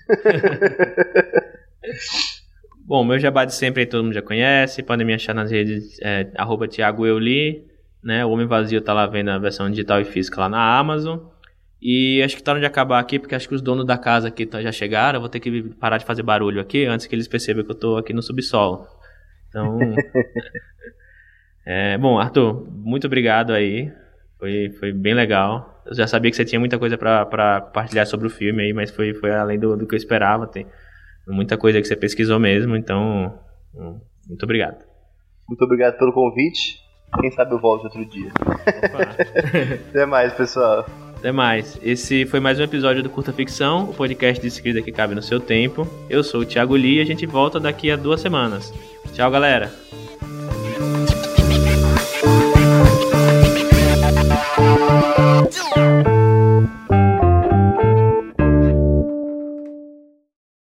Bom, meu jabá de sempre aí todo mundo já conhece. Podem me achar nas redes é, arroba Thiago Euli, né? O Homem Vazio tá lá vendo a versão digital e física lá na Amazon. E acho que tá onde acabar aqui, porque acho que os donos da casa aqui já chegaram. Eu vou ter que parar de fazer barulho aqui antes que eles percebam que eu tô aqui no subsolo. Então... É, bom, Arthur, muito obrigado aí, foi, foi bem legal. Eu já sabia que você tinha muita coisa pra, pra compartilhar sobre o filme aí, mas foi, foi além do, do que eu esperava. Tem muita coisa que você pesquisou mesmo, então muito obrigado.
Muito obrigado pelo convite, quem sabe eu volto outro dia. Até mais, pessoal.
Até mais. Esse foi mais um episódio do Curta Ficção, o podcast de escrita que cabe no seu tempo. Eu sou o Thiago Lee e a gente volta daqui a duas semanas. Tchau, galera.